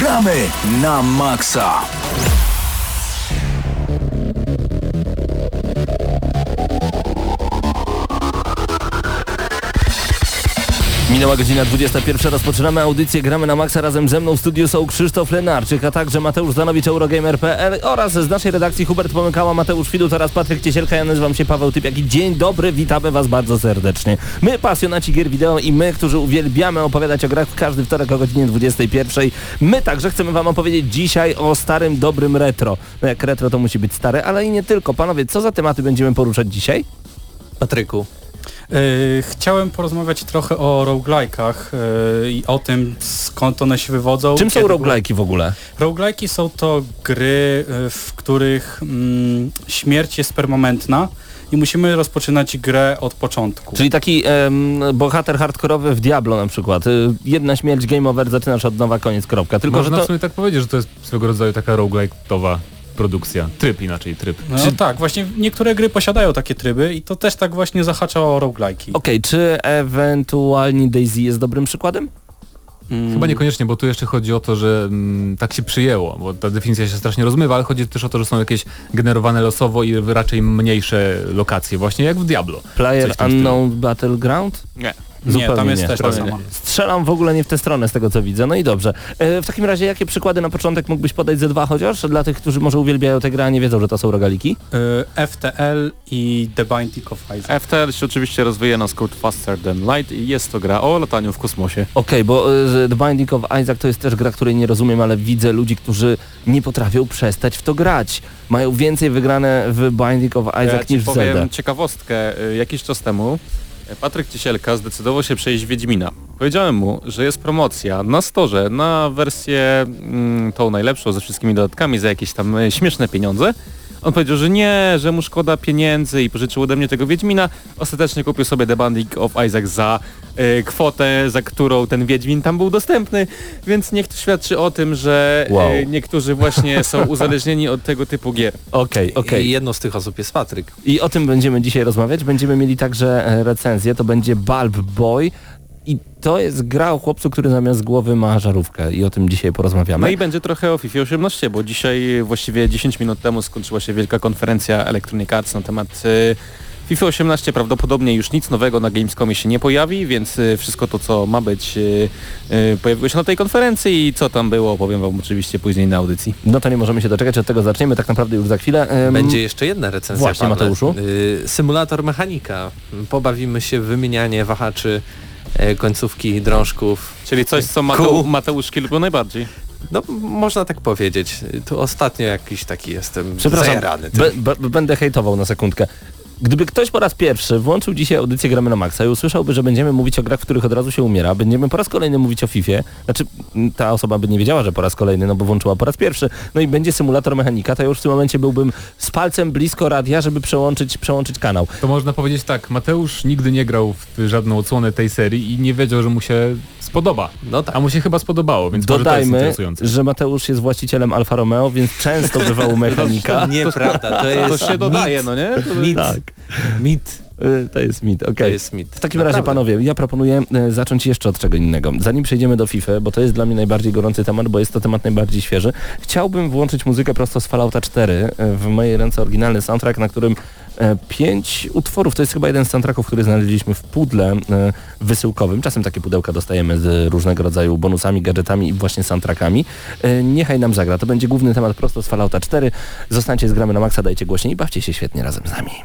Gramy na maksa! Minęła godzina 21. Rozpoczynamy audycję Gramy na maksa. Razem ze mną w studiu są Krzysztof Lenarczyk, a także Mateusz Zanowicz, Eurogamer.pl oraz z naszej redakcji Hubert Pomykała, Mateusz Widut oraz Patryk Ciesielka. Ja nazywam się Paweł Typiak i dzień dobry, witamy Was bardzo serdecznie. My, pasjonaci gier wideo i my, którzy uwielbiamy opowiadać o grach każdy wtorek o godzinie 21. My także chcemy Wam opowiedzieć dzisiaj o starym, dobrym retro. No jak retro to musi być stare, ale i nie tylko. Panowie, co za tematy będziemy poruszać dzisiaj? Patryku. Chciałem porozmawiać trochę o roguelike'ach i o tym, skąd one się wywodzą. Czym są roguelike'i w ogóle? Roguelike'i są to gry, w których śmierć jest permanentna i musimy rozpoczynać grę od początku. Czyli taki bohater hardkorowy w Diablo na przykład. Jedna śmierć, game over, zaczynasz od nowa, koniec, kropka. Tylko, można że to... w sumie tak powiedzieć, że to jest swego rodzaju taka roguelike'owa produkcja. Tryb. No tak, właśnie niektóre gry posiadają takie tryby i to też tak właśnie zahacza o roguelike'i. Okej, czy ewentualnie DayZ jest dobrym przykładem? Chyba niekoniecznie, bo tu jeszcze chodzi o to, że tak się przyjęło, bo ta definicja się strasznie rozmywa, ale chodzi też o to, że są jakieś generowane losowo i raczej mniejsze lokacje, właśnie jak w Diablo. Player Unknown Battleground? Nie. Nie, tam jest też ta sama. Strzelam w ogóle nie w tę stronę z tego co widzę. No i dobrze. W takim razie jakie przykłady na początek mógłbyś podać ze dwa chociaż? Dla tych, którzy może uwielbiają tę grę, a nie wiedzą, że to są rogaliki? FTL i The Binding of Isaac. FTL się oczywiście rozwija na skrót Faster Than Light i jest to gra o lataniu w kosmosie. Okej, bo The Binding of Isaac to jest też gra, której nie rozumiem, ale widzę ludzi, którzy nie potrafią przestać w to grać. Mają więcej wygrane w Binding of Isaac niż w Zelda. Powiem ciekawostkę. Jakiś czas temu Patryk Ciesielka zdecydował się przejść Wiedźmina. Powiedziałem mu, że jest promocja na storze, na wersję tą najlepszą ze wszystkimi dodatkami za jakieś tam śmieszne pieniądze. On powiedział, że nie, że mu szkoda pieniędzy i pożyczył ode mnie tego Wiedźmina. Ostatecznie kupił sobie The Binding of Isaac za kwotę, za którą ten Wiedźmin tam był dostępny, więc niech to świadczy o tym, że niektórzy właśnie są uzależnieni od tego typu gier. Okej. I jedną z tych osób jest Patryk. I o tym będziemy dzisiaj rozmawiać. Będziemy mieli także recenzję, to będzie Bulb Boy. I to jest gra o chłopcu, który zamiast głowy ma żarówkę i o tym dzisiaj porozmawiamy. No i będzie trochę o FIFA 18, bo dzisiaj właściwie 10 minut temu skończyła się wielka konferencja Electronic Arts na temat FIFA 18. Prawdopodobnie już nic nowego na Gamescomie się nie pojawi, więc wszystko to, co ma być, pojawiło się na tej konferencji i co tam było, opowiem Wam oczywiście później na audycji. No to nie możemy się doczekać, od tego zaczniemy tak naprawdę już za chwilę. Będzie jeszcze jedna recenzja, Właśnie, Pawle. Mateuszu. Symulator mechanika. Pobawimy się w wymienianie wahaczy, końcówki, drążków. Czyli coś, co Mateuszki lubią najbardziej. No, można tak powiedzieć. Tu ostatnio jakiś taki jestem Przepraszam, zajarany. będę hejtował na sekundkę. Gdyby ktoś po raz pierwszy włączył dzisiaj audycję Gramy na Maxa i usłyszałby, że będziemy mówić o grach, w których od razu się umiera, będziemy po raz kolejny mówić o Fifie, znaczy ta osoba by nie wiedziała, że po raz kolejny, no bo włączyła po raz pierwszy, no i będzie symulator mechanika, to ja już w tym momencie byłbym z palcem blisko radia, żeby przełączyć kanał. To można powiedzieć tak, Mateusz nigdy nie grał w żadną odsłonę tej serii i nie wiedział, że mu się spodoba. No tak. A mu się chyba spodobało, więc dodajmy, może to jest interesujące. że Mateusz jest właścicielem Alfa Romeo, więc często bywał u mechanika. To nieprawda, to jest To się dodaje, no nie? mit. Tak. Mit. To jest mit, okej. To jest mit. W takim razie, panowie, ja proponuję zacząć jeszcze od czego innego. Zanim przejdziemy do FIFA, bo to jest dla mnie najbardziej gorący temat, bo jest to temat najbardziej świeży, chciałbym włączyć muzykę prosto z Fallouta 4. W mojej ręce oryginalny soundtrack, na którym 5 utworów, to jest chyba jeden z soundtracków, który znaleźliśmy w pudle wysyłkowym. Czasem takie pudełka dostajemy z różnego rodzaju bonusami, gadżetami i właśnie soundtrackami. Niechaj nam zagra. To będzie główny temat prosto z Fallouta 4. Zostańcie z Gramy na Maxa, dajcie głośniej i bawcie się świetnie razem z nami.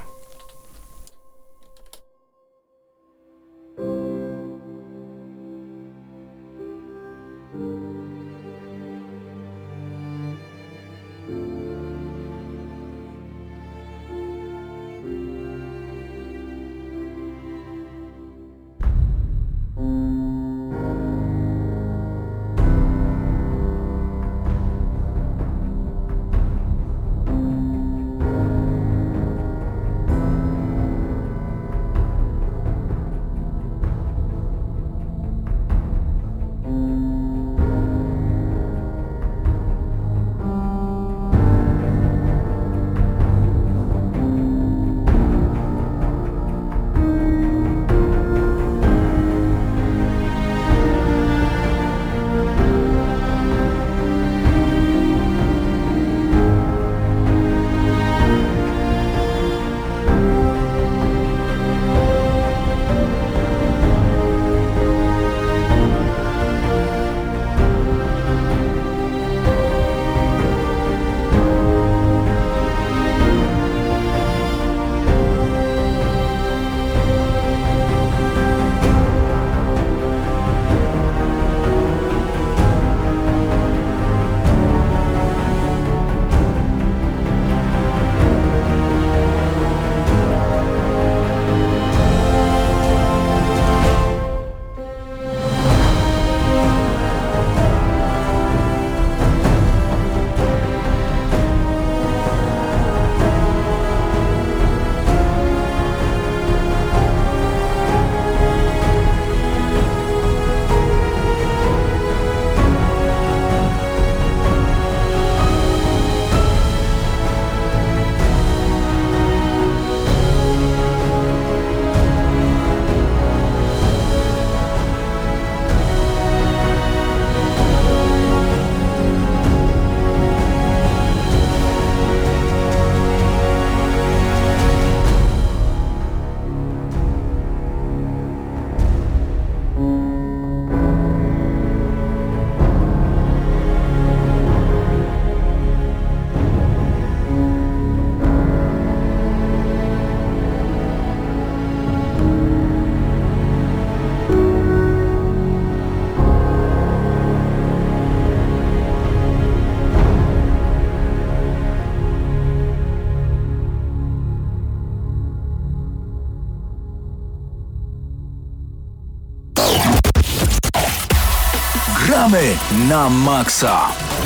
Gramy na maksa.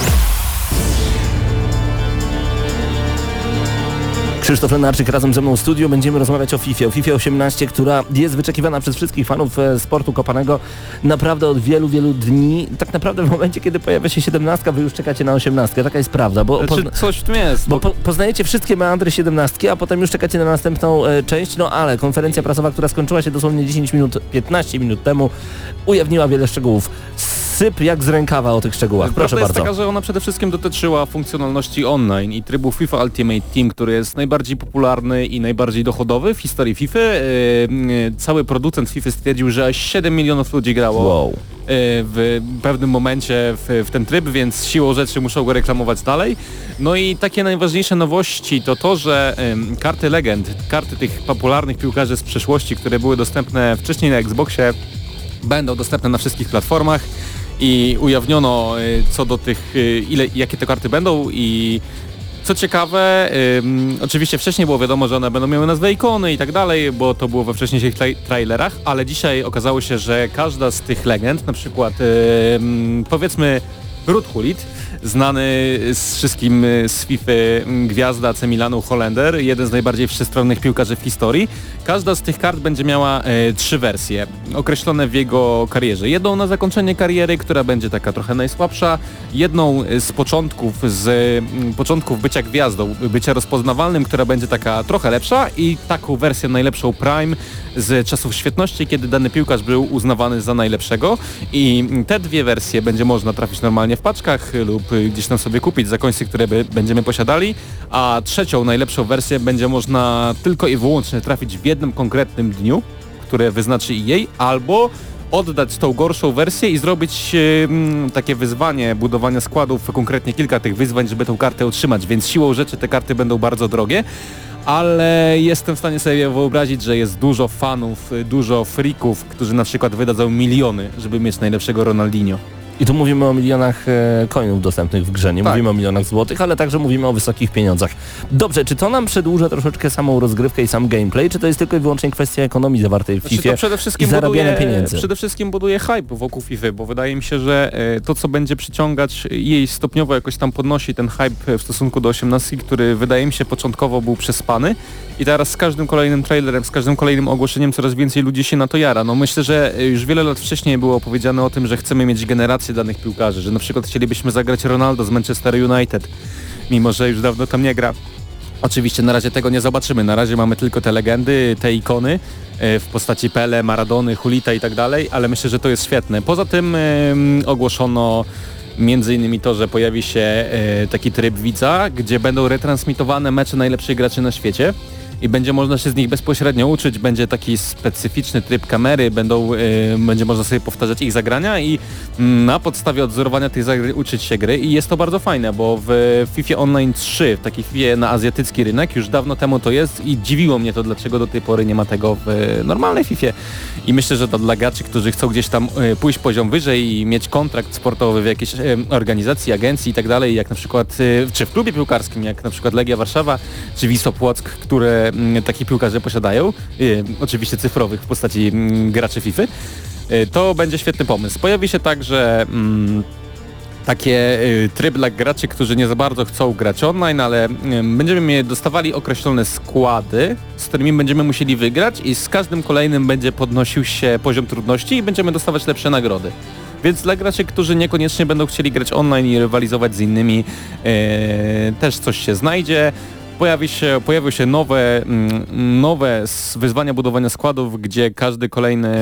Krzysztof Lenarczyk razem ze mną w studiu. Będziemy rozmawiać o FIFA 18, która jest wyczekiwana przez wszystkich fanów sportu kopanego naprawdę od wielu, wielu dni. Tak naprawdę w momencie, kiedy pojawia się 17, wy już czekacie na 18. Taka jest prawda, bo coś w tym jest. Bo poznajecie wszystkie meandry 17, a potem już czekacie na następną część, no ale konferencja prasowa, która skończyła się dosłownie 15 minut temu, ujawniła wiele szczegółów. Syp jak z rękawa o tych szczegółach. Proszę bardzo. Prawda jest taka, że ona przede wszystkim dotyczyła funkcjonalności online i trybu FIFA Ultimate Team, który jest najbardziej popularny i najbardziej dochodowy w historii FIFA. Cały producent FIFA stwierdził, że aż 7 milionów ludzi grało w pewnym momencie w ten tryb, więc siłą rzeczy muszą go reklamować dalej. No i takie najważniejsze nowości to to, że karty legend, karty tych popularnych piłkarzy z przeszłości, które były dostępne wcześniej na Xboxie, będą dostępne na wszystkich platformach i ujawniono co do tych, jakie te karty będą i co ciekawe, oczywiście wcześniej było wiadomo, że one będą miały nazwę ikony i tak dalej, bo to było we wcześniejszych trailerach, ale dzisiaj okazało się, że każda z tych legend, na przykład powiedzmy Ruud Gullit, znany z wszystkim z FIFA gwiazda AC Milanu Holender, jeden z najbardziej wszechstronnych piłkarzy w historii. Każda z tych kart będzie miała 3 wersje określone w jego karierze. Jedną na zakończenie kariery, która będzie taka trochę najsłabsza, jedną z początków bycia gwiazdą, bycia rozpoznawalnym, która będzie taka trochę lepsza i taką wersję najlepszą Prime z czasów świetności, kiedy dany piłkarz był uznawany za najlepszego i te 2 wersje będzie można trafić normalnie w paczkach lub gdzieś tam sobie kupić za końce, które będziemy posiadali, a trzecią, najlepszą wersję będzie można tylko i wyłącznie trafić w jednym konkretnym dniu, które wyznaczy jej, albo oddać tą gorszą wersję i zrobić takie wyzwanie budowania składów, konkretnie kilka tych wyzwań, żeby tą kartę otrzymać, więc siłą rzeczy te karty będą bardzo drogie, ale jestem w stanie sobie wyobrazić, że jest dużo fanów, dużo freaków, którzy na przykład wydadzą miliony, żeby mieć najlepszego Ronaldinho. I tu mówimy o milionach coinów dostępnych w grze, nie mówimy o milionach złotych, ale także mówimy o wysokich pieniądzach. Dobrze, czy to nam przedłuża troszeczkę samą rozgrywkę i sam gameplay, czy to jest tylko i wyłącznie kwestia ekonomii zawartej w FIFA i zarabiania pieniędzy? Przede wszystkim buduje hype wokół FIFA, bo wydaje mi się, że to, co będzie przyciągać jej stopniowo jakoś tam podnosi ten hype w stosunku do 18, który wydaje mi się początkowo był przespany i teraz z każdym kolejnym trailerem, z każdym kolejnym ogłoszeniem coraz więcej ludzi się na to jara. No myślę, że już wiele lat wcześniej było powiedziane o tym, że chcemy mieć generację danych piłkarzy, że na przykład chcielibyśmy zagrać Ronaldo z Manchester United, mimo że już dawno tam nie gra. Oczywiście na razie tego nie zobaczymy, na razie mamy tylko te legendy, te ikony w postaci Pele, Maradony, Gullita i tak dalej, ale myślę, że to jest świetne. Poza tym ogłoszono między innymi to, że pojawi się taki tryb widza, gdzie będą retransmitowane mecze najlepszych graczy na świecie i będzie można się z nich bezpośrednio uczyć, będzie taki specyficzny tryb kamery, będzie można sobie powtarzać ich zagrania i na podstawie odzorowania tych zagrań uczyć się gry i jest to bardzo fajne, bo w FIFA Online 3, w takiej FIFA na azjatycki rynek już dawno temu to jest i dziwiło mnie to, dlaczego do tej pory nie ma tego w normalnej FIFA i myślę, że to dla graczy, którzy chcą gdzieś tam pójść poziom wyżej i mieć kontrakt sportowy w jakiejś organizacji, agencji i tak dalej, jak na przykład, czy w klubie piłkarskim, jak na przykład Legia Warszawa, czy Wisła Płock, które takie piłkarze posiadają, oczywiście cyfrowych w postaci graczy FIFA, to będzie świetny pomysł. Pojawi się także takie tryb dla graczy, którzy nie za bardzo chcą grać online, ale będziemy dostawali określone składy, z którymi będziemy musieli wygrać i z każdym kolejnym będzie podnosił się poziom trudności i będziemy dostawać lepsze nagrody. Więc dla graczy, którzy niekoniecznie będą chcieli grać online i rywalizować z innymi, też coś się znajdzie. Pojawią się nowe wyzwania budowania składów, gdzie każdy kolejny...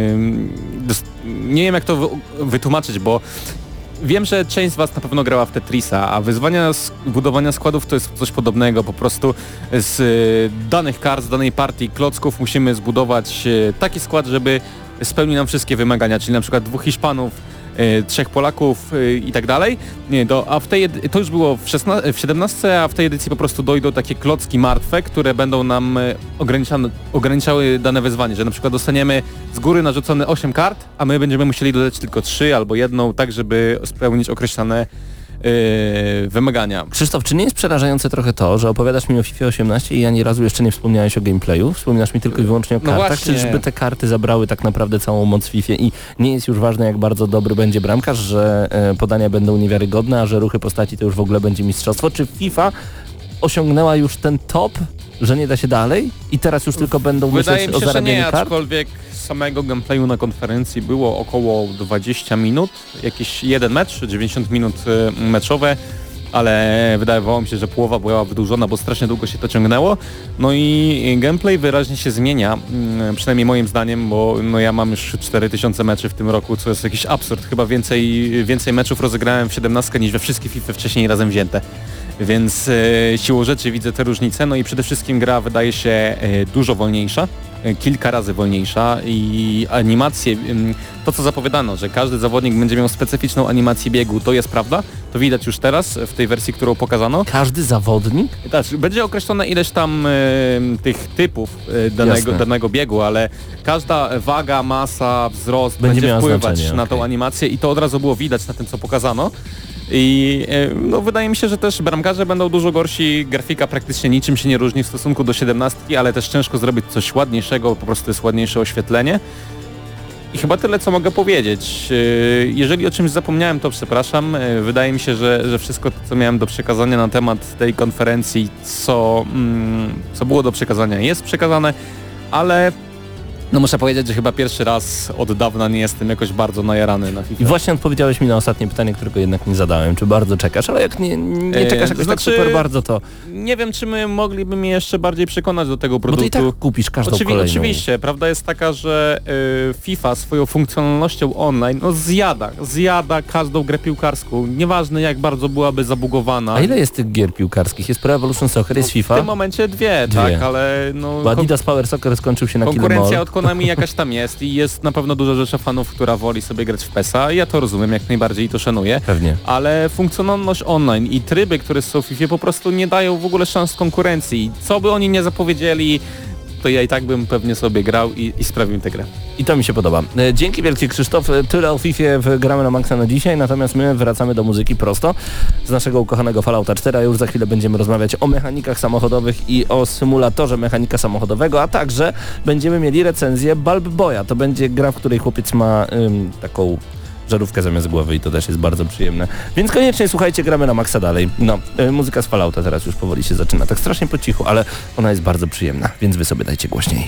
Nie wiem jak to wytłumaczyć, bo wiem, że część z Was na pewno grała w Tetrisa, a wyzwania z budowania składów to jest coś podobnego. Po prostu z danych kart, z danej partii klocków musimy zbudować taki skład, żeby spełnił nam wszystkie wymagania, czyli na przykład 2 Hiszpanów, 3 Polaków i tak dalej. To już było w 17, a w tej edycji po prostu dojdą takie klocki martwe, które będą nam ograniczały dane wyzwanie, że na przykład dostaniemy z góry narzucone 8 kart, a my będziemy musieli dodać tylko 3 albo 1, tak żeby spełnić określone wymagania. Krzysztof, czy nie jest przerażające trochę to, że opowiadasz mi o FIFA 18 i ani razu jeszcze nie wspomniałeś o gameplayu? Wspominasz mi tylko i wyłącznie o No kartach, właśnie. czyżby te karty zabrały tak naprawdę całą moc w FIFA i nie jest już ważne, jak bardzo dobry będzie bramkarz, że podania będą niewiarygodne, a że ruchy postaci to już w ogóle będzie mistrzostwo? Czy FIFA osiągnęła już ten top, że nie da się dalej i teraz już tylko będą Wydaje myśleć mi o się, że zarabianiu nie, kart? aczkolwiek samego gameplayu na konferencji było około 20 minut, jakiś jeden mecz, 90 minut meczowe, ale wydawało mi się, że połowa była wydłużona, bo strasznie długo się to ciągnęło. No i gameplay wyraźnie się zmienia, przynajmniej moim zdaniem, bo no ja mam już 4000 meczy w tym roku, co jest jakiś absurd. Chyba więcej meczów rozegrałem w 17 niż we wszystkie FIFA wcześniej razem wzięte. Więc siłą rzeczy widzę te różnice, no i przede wszystkim gra wydaje się dużo wolniejsza, kilka razy wolniejsza i animacje, to co zapowiadano, że każdy zawodnik będzie miał specyficzną animację biegu, to jest prawda, to widać już teraz w tej wersji, którą pokazano. Każdy zawodnik? Tak, będzie określone ileś tam tych typów danego biegu, ale każda waga, masa, wzrost będzie miała wpływać znaczenie, na tą animację i to od razu było widać na tym, co pokazano. I no, wydaje mi się, że też bramkarze będą dużo gorsi, grafika praktycznie niczym się nie różni w stosunku do 17, ale też ciężko zrobić coś ładniejszego, po prostu jest ładniejsze oświetlenie. I chyba tyle, co mogę powiedzieć. Jeżeli o czymś zapomniałem, to przepraszam. Wydaje mi się, że wszystko to, co miałem do przekazania na temat tej konferencji, co było do przekazania, jest przekazane, ale no muszę powiedzieć, że chyba pierwszy raz od dawna nie jestem jakoś bardzo najarany na FIFA. I właśnie odpowiedziałeś mi na ostatnie pytanie, którego jednak nie zadałem. Czy bardzo czekasz? Ale jak nie czekasz jakoś tak super bardzo, to... Nie wiem, czy my mogliby mnie jeszcze bardziej przekonać do tego Bo produktu. ty i tak kupisz każdą kolejną. Oczywiście. Prawda jest taka, że FIFA swoją funkcjonalnością online zjada każdą grę piłkarską. Nieważne, jak bardzo byłaby zabugowana. A ile jest tych gier piłkarskich? Jest Pro Evolution Soccer, jest FIFA? W tym momencie dwie. Tak, ale no... Bo Adidas Power Soccer skończył się na konkurencja Kill 'em od Konami jakaś tam jest i jest na pewno duża rzesza fanów, która woli sobie grać w PES-a. Ja to rozumiem jak najbardziej i to szanuję. Pewnie. Ale funkcjonalność online i tryby, które są w FIFA po prostu nie dają w ogóle szans konkurencji. Co by oni nie zapowiedzieli, to ja i tak bym pewnie sobie grał i sprawił tę grę. I to mi się podoba. Dzięki wielkie, Krzysztof. Tyle o FIFA w Gramy na Maxa na dzisiaj, natomiast my wracamy do muzyki prosto z naszego ukochanego Fallouta 4, a już za chwilę będziemy rozmawiać o mechanikach samochodowych i o symulatorze mechanika samochodowego, a także będziemy mieli recenzję Bulb Boya. To będzie gra, w której chłopiec ma taką żarówkę zamiast głowy i to też jest bardzo przyjemne. Więc koniecznie słuchajcie, Gramy na Maxa dalej. No, muzyka z Fallouta teraz już powoli się zaczyna. Tak strasznie po cichu, ale ona jest bardzo przyjemna, więc wy sobie dajcie głośniej.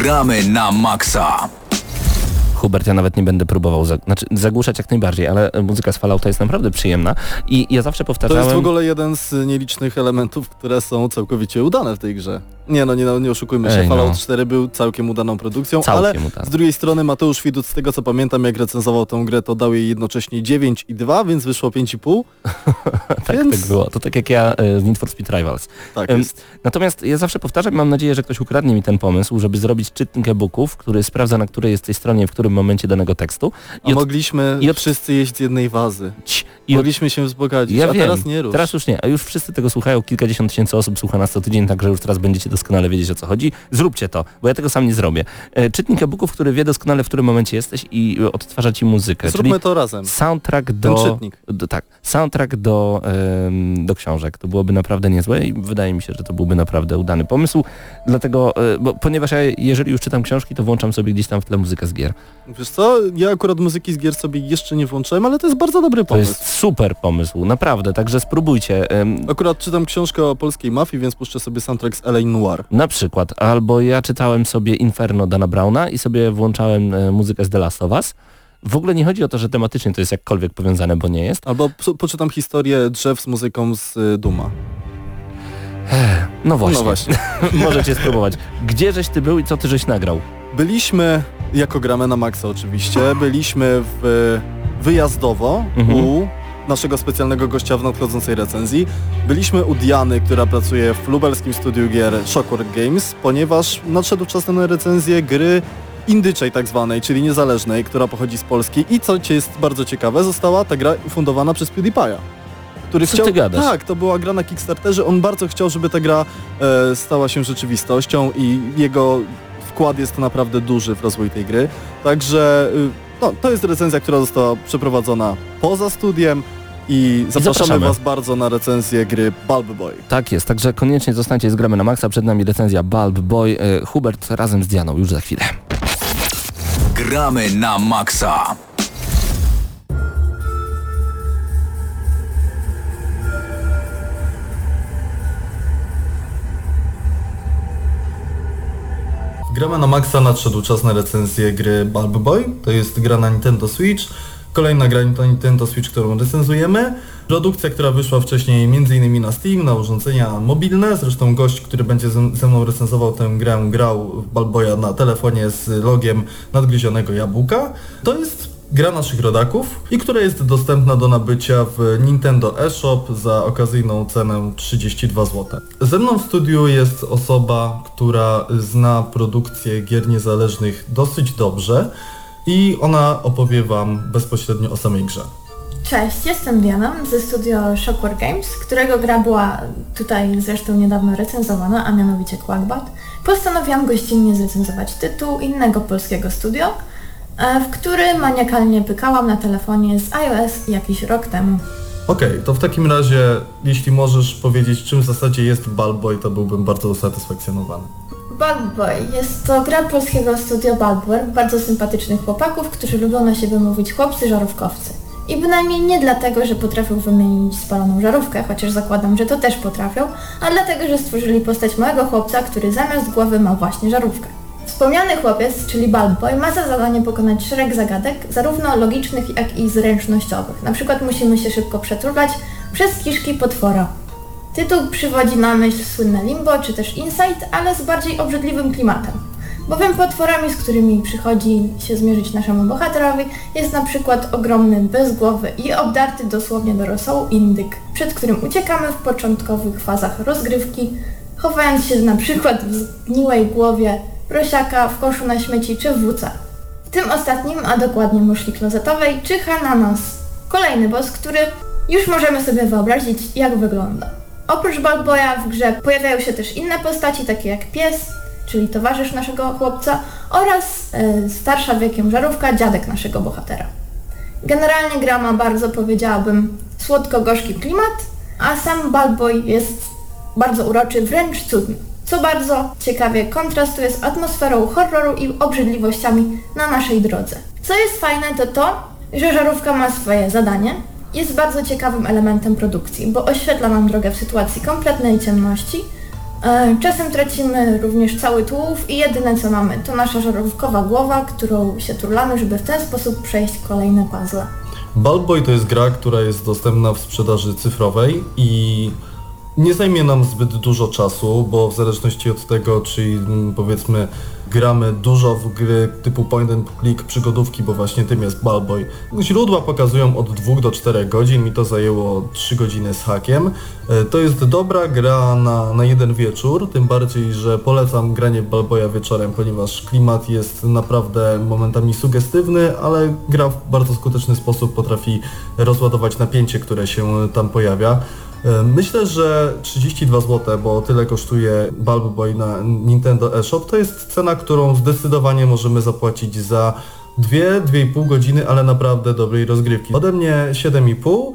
Gramy na maksa. Hubert, ja nawet nie będę próbował zagłuszać jak najbardziej, ale muzyka z Fallouta jest naprawdę przyjemna i ja zawsze powtarzałem... To jest w ogóle jeden z nielicznych elementów, które są całkowicie udane w tej grze. Nie oszukujmy się, Fallout 4 był całkiem udaną produkcją, ale z drugiej strony Mateusz Widut, z tego co pamiętam, jak recenzował tę grę, to dał jej jednocześnie 9 i 2, więc wyszło 5,5. Tak było. To tak jak ja w Need for Speed Rivals. Tak jest. Natomiast ja zawsze powtarzam, mam nadzieję, że ktoś ukradnie mi ten pomysł, żeby zrobić czytnik e-booków, który sprawdza, na której jesteś stronie, w którym momencie danego tekstu. Mogliśmy wszyscy jeść z jednej wazy. Mogliśmy się wzbogacić, a teraz nie rusz. Teraz już nie, a już wszyscy tego słuchają, kilkadziesiąt tysięcy osób słucha nas co tydzień, także już teraz będziecie doskonale wiedzieć, o co chodzi. Zróbcie to, bo ja tego sam nie zrobię. Czytnik e-booków, który wie doskonale, w którym momencie jesteś i odtwarza ci muzykę. Zróbmy to razem. Soundtrack soundtrack do książek. To byłoby naprawdę niezłe i wydaje mi się, że to byłby naprawdę udany pomysł. Dlatego, ponieważ ja, jeżeli już czytam książki, to włączam sobie gdzieś tam w tle muzykę z gier. Wiesz co, ja akurat muzyki z gier sobie jeszcze nie włączyłem, ale to jest bardzo dobry pomysł. To jest super pomysł, naprawdę, także spróbujcie. Akurat czytam książkę o polskiej mafii, więc puszczę sobie soundtrack z L.A. Noire. Na przykład, albo ja czytałem sobie Inferno Dana Browna i sobie włączałem muzykę z The Last of Us. W ogóle nie chodzi o to, że tematycznie to jest jakkolwiek powiązane, bo nie jest. Albo poczytam historię drzew z muzyką z Duma. No właśnie. Możecie spróbować. Gdzie żeś ty był i co ty żeś nagrał? Byliśmy, jako Gramy na Maxa oczywiście, byliśmy wyjazdowo u naszego specjalnego gościa w nadchodzącej recenzji. Byliśmy u Diany, która pracuje w lubelskim studiu gier Shockwork Games, ponieważ nadszedł czas na recenzję gry indyczej tak zwanej, czyli niezależnej, która pochodzi z Polski i co jest bardzo ciekawe, została ta gra ufundowana przez PewDiePie'a. Który co ty gadasz? Tak, to była gra na Kickstarterze, on bardzo chciał, żeby ta gra stała się rzeczywistością i jego wkład jest naprawdę duży w rozwój tej gry. Także to jest recenzja, która została przeprowadzona poza studiem i zapraszamy Was bardzo na recenzję gry Bulb Boy. Tak jest, także koniecznie zostańcie z Gramy na Maxa, przed nami recenzja Bulb Boy. Hubert razem z Dianą już za chwilę. Gramy na Maxa. Gramy na Maxa, nadszedł czas na recenzję gry Bulb Boy. To jest gra na Nintendo Switch. Kolejna gra na Nintendo Switch, którą recenzujemy. Produkcja, która wyszła wcześniej m.in. na Steam, na urządzenia mobilne. Zresztą gość, który będzie ze mną recenzował tę grę, grał w Bulb Boya na telefonie z logiem nadgryzionego jabłka. To jest gra naszych rodaków i która jest dostępna do nabycia w Nintendo eShop za okazyjną cenę 32 zł. Ze mną w studiu jest osoba, która zna produkcję gier niezależnych dosyć dobrze i ona opowie Wam bezpośrednio o samej grze. Cześć, jestem Diana ze studio Shockwork Games, którego gra była tutaj zresztą niedawno recenzowana, a mianowicie Quackbat. Postanowiłam gościnnie zrecenzować tytuł innego polskiego studio, w który maniakalnie pykałam na telefonie z iOS jakiś rok temu. Okej, to w takim razie, jeśli możesz powiedzieć, czym w zasadzie jest Bulb Boy, to byłbym bardzo usatysfakcjonowany. Bulb Boy jest to gra polskiego studio Bulbware, bardzo sympatycznych chłopaków, którzy lubią na siebie mówić chłopcy żarówkowcy. I bynajmniej nie dlatego, że potrafią wymienić spaloną żarówkę, chociaż zakładam, że to też potrafią, a dlatego, że stworzyli postać małego chłopca, który zamiast głowy ma właśnie żarówkę. Wspomniany chłopiec, czyli Bulb Boy, ma za zadanie pokonać szereg zagadek, zarówno logicznych, jak i zręcznościowych. Na przykład musimy się szybko przeturlać przez kiszki potwora. Tytuł przywodzi na myśl słynne Limbo czy też Inside, ale z bardziej obrzydliwym klimatem. Bowiem potworami, z którymi przychodzi się zmierzyć naszemu bohaterowi, jest na przykład ogromny, bez głowy i obdarty dosłownie do rosołu indyk, przed którym uciekamy w początkowych fazach rozgrywki, chowając się na przykład w zgniłej głowie prosiaka, w koszu na śmieci czy w WC. W tym ostatnim, a dokładnie muszli klozetowej, czyha na nas kolejny boss, który już możemy sobie wyobrazić, jak wygląda. Oprócz Bulb Boya w grze pojawiają się też inne postaci, takie jak pies, czyli towarzysz naszego chłopca, oraz starsza wiekiem żarówka, dziadek naszego bohatera. Generalnie gra ma bardzo, powiedziałabym, słodko-gorzki klimat, a sam Bulb Boy jest bardzo uroczy, wręcz cudny. Co bardzo ciekawie kontrastuje z atmosferą horroru i obrzydliwościami na naszej drodze. Co jest fajne, to to, że żarówka ma swoje zadanie. Jest bardzo ciekawym elementem produkcji, bo oświetla nam drogę w sytuacji kompletnej ciemności, Czasem tracimy również cały tułów i jedyne co mamy to nasza żarówkowa głowa, którą się turlamy, żeby w ten sposób przejść kolejne puzzle. Bulb Boy to jest gra, która jest dostępna w sprzedaży cyfrowej i nie zajmie nam zbyt dużo czasu, bo w zależności od tego, czy powiedzmy gramy dużo w gry typu point and click, przygodówki, bo właśnie tym jest Bulb Boy. Źródła pokazują od 2 do 4 godzin, mi to zajęło 3 godziny z hakiem. To jest dobra gra na jeden wieczór, tym bardziej, że polecam granie w Bulb Boya wieczorem, ponieważ klimat jest naprawdę momentami sugestywny, ale gra w bardzo skuteczny sposób potrafi rozładować napięcie, które się tam pojawia. Myślę, że 32 zł, bo tyle kosztuje Bulb Boy na Nintendo eShop, to jest cena, którą zdecydowanie możemy zapłacić za 2-2,5 godziny, ale naprawdę dobrej rozgrywki. Ode mnie 7,5.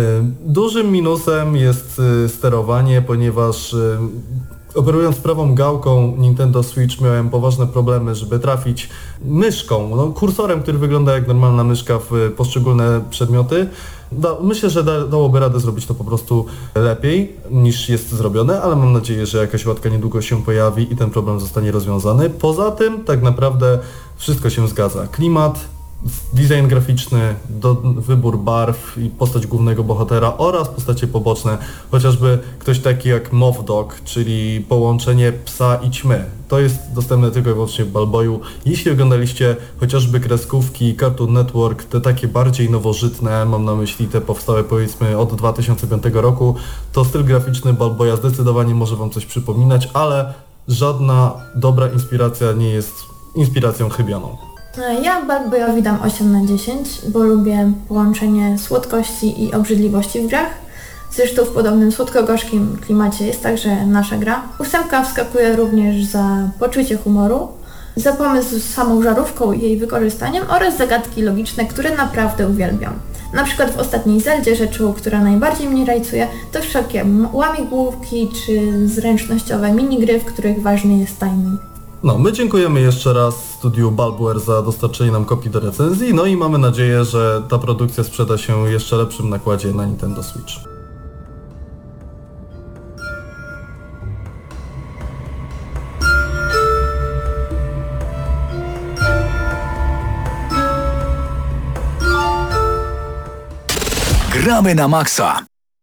Dużym minusem jest sterowanie, ponieważ operując prawą gałką Nintendo Switch miałem poważne problemy, żeby trafić myszką, kursorem, który wygląda jak normalna myszka w poszczególne przedmioty. Myślę, że dałoby radę zrobić to po prostu lepiej niż jest zrobione, ale mam nadzieję, że jakaś łatka niedługo się pojawi i ten problem zostanie rozwiązany. Poza tym tak naprawdę wszystko się zgadza. Klimat, design graficzny, wybór barw i postać głównego bohatera oraz postacie poboczne, chociażby ktoś taki jak Moff Dog, czyli połączenie psa i ćmy. To jest dostępne tylko i wyłącznie w Bulb Boyu. Jeśli oglądaliście chociażby kreskówki Cartoon Network, te takie bardziej nowożytne, mam na myśli te powstałe powiedzmy od 2005 roku, to styl graficzny Bulb Boya zdecydowanie może wam coś przypominać, ale żadna dobra inspiracja nie jest inspiracją chybioną. Ja Bulb Boyowi dam 8 na 10, bo lubię połączenie słodkości i obrzydliwości w grach. Zresztą w podobnym słodko-gorzkim klimacie jest także nasza gra. 8 wskakuje również za poczucie humoru, za pomysł z samą żarówką i jej wykorzystaniem oraz zagadki logiczne, które naprawdę uwielbiam. Na przykład w ostatniej Zeldzie rzeczą, która najbardziej mnie rajcuje, to wszelkie łamigłówki czy zręcznościowe minigry, w których ważny jest timing. No, my dziękujemy jeszcze raz studiu Bulbware za dostarczenie nam kopii do recenzji, no i mamy nadzieję, że ta produkcja sprzeda się w jeszcze lepszym nakładzie na Nintendo Switch. Gramy na maksa.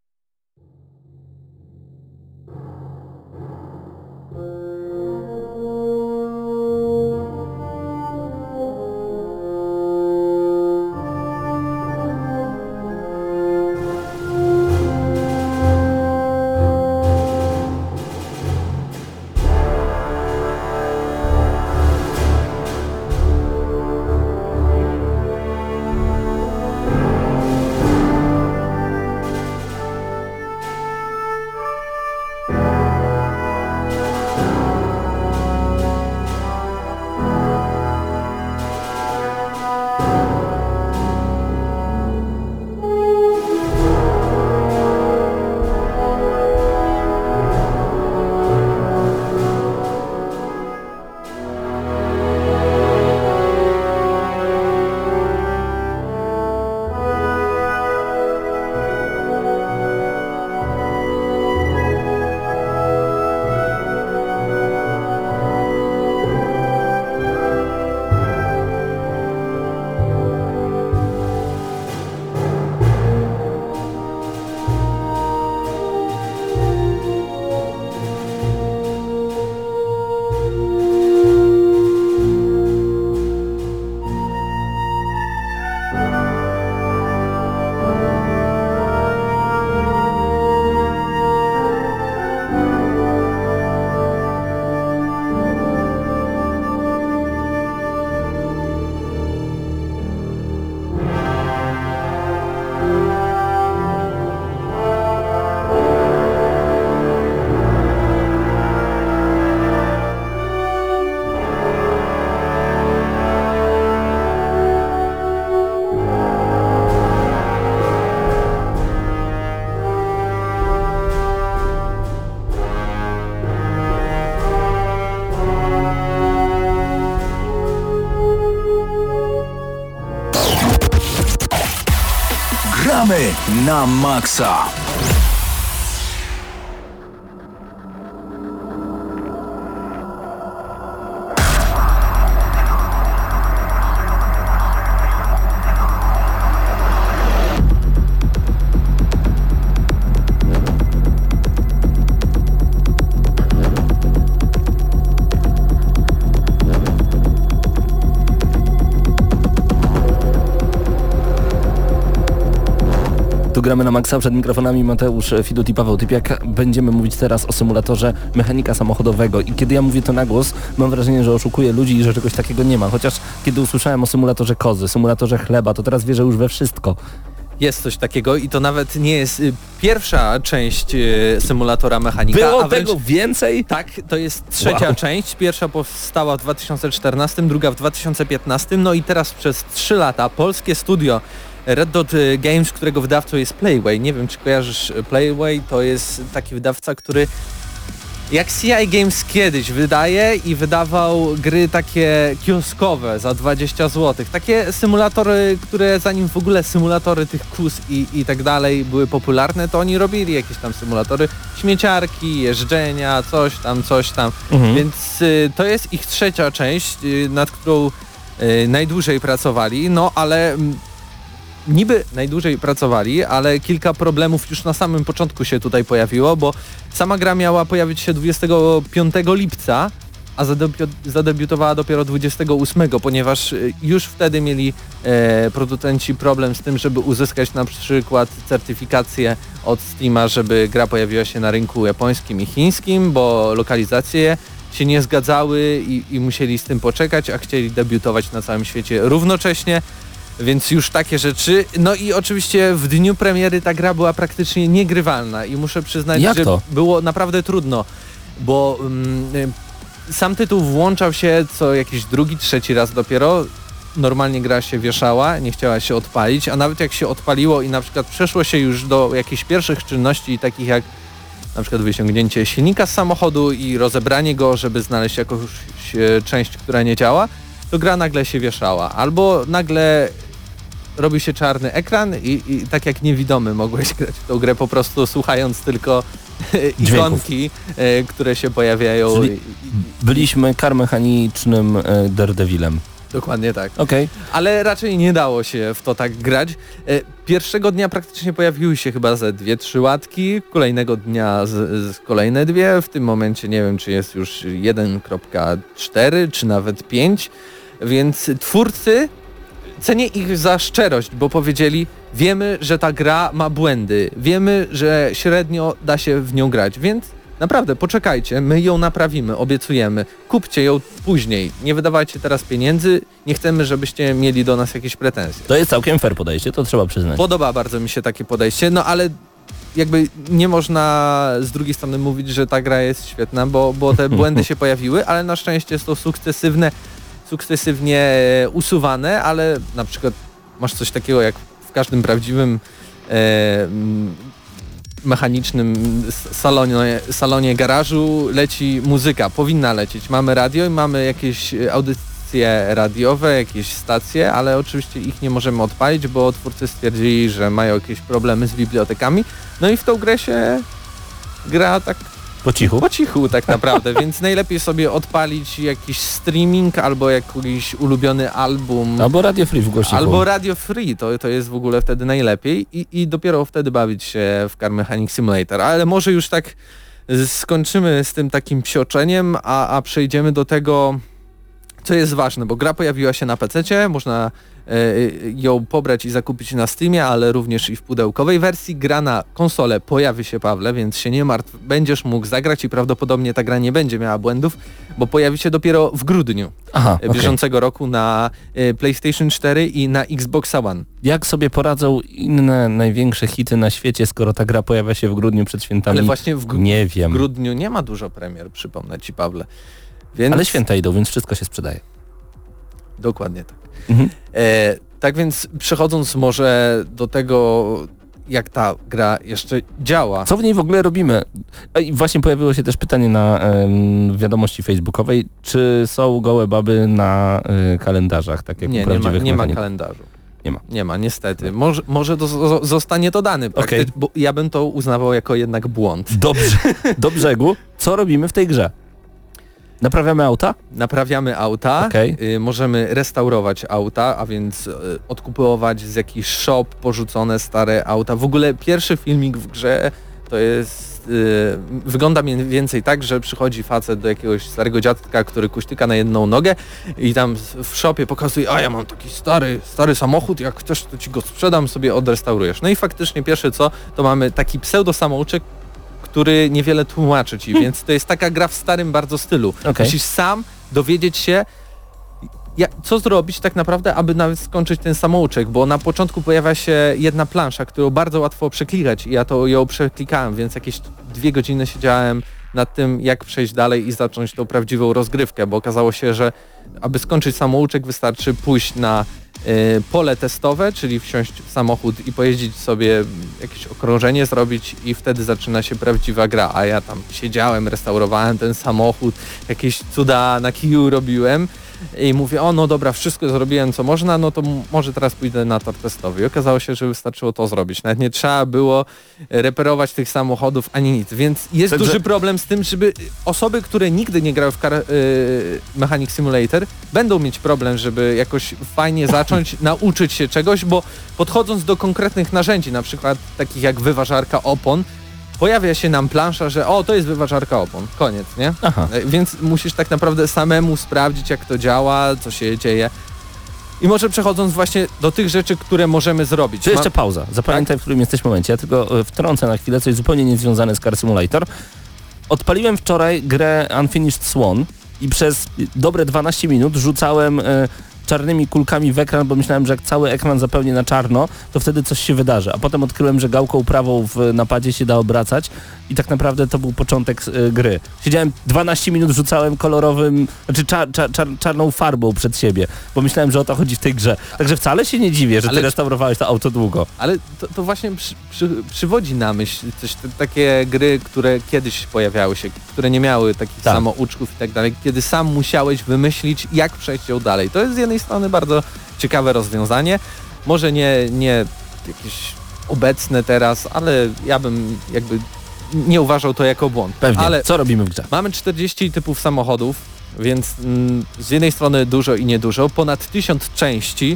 Gramy na maksa. Tu gramy na maksa, przed mikrofonami Mateusz Fidut i Paweł Typiak. Będziemy mówić teraz o symulatorze mechanika samochodowego i kiedy ja mówię to na głos, mam wrażenie, że oszukuję ludzi i że czegoś takiego nie ma. Chociaż kiedy usłyszałem o symulatorze kozy, symulatorze chleba, to teraz wierzę już we wszystko. Jest coś takiego i to nawet nie jest pierwsza część symulatora mechanika. Było a wręcz, tego więcej? Tak, to jest trzecia część. Pierwsza powstała w 2014, druga w 2015, no i teraz przez 3 lata polskie studio Red Dot Games, którego wydawcą jest Playway. Nie wiem, czy kojarzysz Playway, to jest taki wydawca, który jak CI Games kiedyś wydawał gry takie kioskowe za 20 zł. Takie symulatory, które zanim w ogóle symulatory tych kus i tak dalej były popularne, to oni robili jakieś tam symulatory, śmieciarki, jeżdżenia, coś tam. Więc to jest ich trzecia część, nad którą najdłużej pracowali, no ale niby najdłużej pracowali, ale kilka problemów już na samym początku się tutaj pojawiło, bo sama gra miała pojawić się 25 lipca, a zadebiutowała dopiero 28, ponieważ już wtedy mieli producenci problem z tym, żeby uzyskać na przykład certyfikację od Steama, żeby gra pojawiła się na rynku japońskim i chińskim, bo lokalizacje się nie zgadzały i musieli z tym poczekać, a chcieli debiutować na całym świecie równocześnie. Więc już takie rzeczy. No i oczywiście w dniu premiery ta gra była praktycznie niegrywalna i muszę przyznać, że było naprawdę trudno, bo sam tytuł włączał się co jakiś drugi, trzeci raz dopiero. Normalnie gra się wieszała, nie chciała się odpalić, a nawet jak się odpaliło i na przykład przeszło się już do jakichś pierwszych czynności takich jak na przykład wyciągnięcie silnika z samochodu i rozebranie go, żeby znaleźć jakąś część, która nie działa, to gra nagle się wieszała. Albo nagle robi się czarny ekran i tak jak niewidomy mogłeś grać w tą grę po prostu słuchając tylko ikonki, które się pojawiają. Czyli byliśmy karmechanicznym Daredevilem. Dokładnie tak. Okay. Ale raczej nie dało się w to tak grać. Pierwszego dnia praktycznie pojawiły się chyba ze 2-3 łatki, kolejnego dnia z kolejne 2. W tym momencie nie wiem, czy jest już 1.4 czy nawet 5, więc twórcy cenię ich za szczerość, bo powiedzieli, wiemy, że ta gra ma błędy, wiemy, że średnio da się w nią grać, więc naprawdę poczekajcie, my ją naprawimy, obiecujemy, kupcie ją później, nie wydawajcie teraz pieniędzy, nie chcemy, żebyście mieli do nas jakieś pretensje. To jest całkiem fair podejście, to trzeba przyznać. Podoba bardzo mi się takie podejście, no ale jakby nie można z drugiej strony mówić, że ta gra jest świetna, bo te błędy się pojawiły, ale na szczęście jest to sukcesywnie usuwane, ale na przykład masz coś takiego jak w każdym prawdziwym mechanicznym salonie garażu leci muzyka, powinna lecieć. Mamy radio i mamy jakieś audycje radiowe, jakieś stacje, ale oczywiście ich nie możemy odpalić, bo twórcy stwierdzili, że mają jakieś problemy z bibliotekami. No i w tą grę się gra tak po cichu tak naprawdę, więc najlepiej sobie odpalić jakiś streaming albo jakiś ulubiony album. Albo Radio Free w głośniku. Albo Radio Free, to jest w ogóle wtedy najlepiej i dopiero wtedy bawić się w Car Mechanic Simulator. Ale może już tak skończymy z tym takim psioczeniem, a przejdziemy do tego, co jest ważne, bo gra pojawiła się na PC-cie, można ją pobrać i zakupić na Steamie, ale również i w pudełkowej wersji. Gra na konsolę pojawi się, Pawle, więc się nie martw, będziesz mógł zagrać i prawdopodobnie ta gra nie będzie miała błędów, bo pojawi się dopiero w grudniu bieżącego roku na PlayStation 4 i na Xbox One. Jak sobie poradzą inne największe hity na świecie, skoro ta gra pojawia się w grudniu przed świętami? Ale właśnie w wiem. W grudniu nie ma dużo premier, przypomnę Ci, Pawle. Więc... Ale święta idą, więc wszystko się sprzedaje. Dokładnie tak. Tak więc przechodząc może do tego, jak ta gra jeszcze działa. Co w niej w ogóle robimy? I właśnie pojawiło się też pytanie na wiadomości facebookowej, czy są gołe baby na kalendarzach, tak jak u prawdziwych nie ma kalendarzu. Nie ma, niestety. Może zostanie to dany, bo ja bym to uznawał jako jednak błąd. Dobrze, do brzegu. Co robimy w tej grze? Naprawiamy auta? Naprawiamy auta, możemy restaurować auta, a więc odkupować z jakichś shop porzucone stare auta. W ogóle pierwszy filmik w grze to jest wygląda mniej więcej tak, że przychodzi facet do jakiegoś starego dziadka, który kuśtyka na jedną nogę i tam w shopie pokazuje, a ja mam taki stary samochód, jak chcesz to ci go sprzedam, sobie odrestaurujesz. No i faktycznie pierwsze co, to mamy taki pseudo samouczek, który niewiele tłumaczy ci, więc to jest taka gra w starym bardzo stylu. Okay. Musisz sam dowiedzieć się, co zrobić tak naprawdę, aby nawet skończyć ten samouczek, bo na początku pojawia się jedna plansza, którą bardzo łatwo przeklikać i ja ją przeklikałem, więc jakieś 2 godziny siedziałem nad tym, jak przejść dalej i zacząć tą prawdziwą rozgrywkę, bo okazało się, że aby skończyć samouczek wystarczy pójść na pole testowe, czyli wsiąść w samochód i pojeździć sobie, jakieś okrążenie zrobić i wtedy zaczyna się prawdziwa gra, a ja tam siedziałem, restaurowałem ten samochód, jakieś cuda na kiju robiłem i mówię, no dobra, wszystko zrobiłem co można, no to może teraz pójdę na tor testowy. I okazało się, że wystarczyło to zrobić. Nawet nie trzeba było reperować tych samochodów ani nic, więc jest duży problem z tym, żeby osoby, które nigdy nie grały w Mechanic Simulator, będą mieć problem, żeby jakoś fajnie zacząć nauczyć się czegoś, bo podchodząc do konkretnych narzędzi, na przykład takich jak wyważarka opon, pojawia się nam plansza, że to jest wyważarka opon, koniec, nie? Aha. Więc musisz tak naprawdę samemu sprawdzić, jak to działa, co się dzieje. I może przechodząc właśnie do tych rzeczy, które możemy zrobić. To jeszcze pauza. Zapamiętaj, w którym jesteś momencie. Ja tylko wtrącę na chwilę coś zupełnie niezwiązane z Car Simulator. Odpaliłem wczoraj grę Unfinished Swan i przez dobre 12 minut rzucałem czarnymi kulkami w ekran, bo myślałem, że jak cały ekran zapełnię na czarno, to wtedy coś się wydarzy. A potem odkryłem, że gałką prawą w napadzie się da obracać i tak naprawdę to był początek gry. Siedziałem 12 minut, rzucałem kolorowym, znaczy czarną farbą przed siebie, bo myślałem, że o to chodzi w tej grze. Także wcale się nie dziwię, że ty restaurowałeś to auto długo. Ale to właśnie przywodzi na myśl coś, takie gry, które kiedyś pojawiały się, które nie miały takich samouczków i tak dalej, kiedy sam musiałeś wymyślić, jak przejść ją dalej. To jest z jednej strony bardzo ciekawe rozwiązanie. Może nie jakieś obecne teraz, ale ja bym jakby nie uważał to jako błąd. Pewnie. Ale co robimy w grze? Mamy 40 typów samochodów, więc z jednej strony dużo i niedużo, ponad 1000 części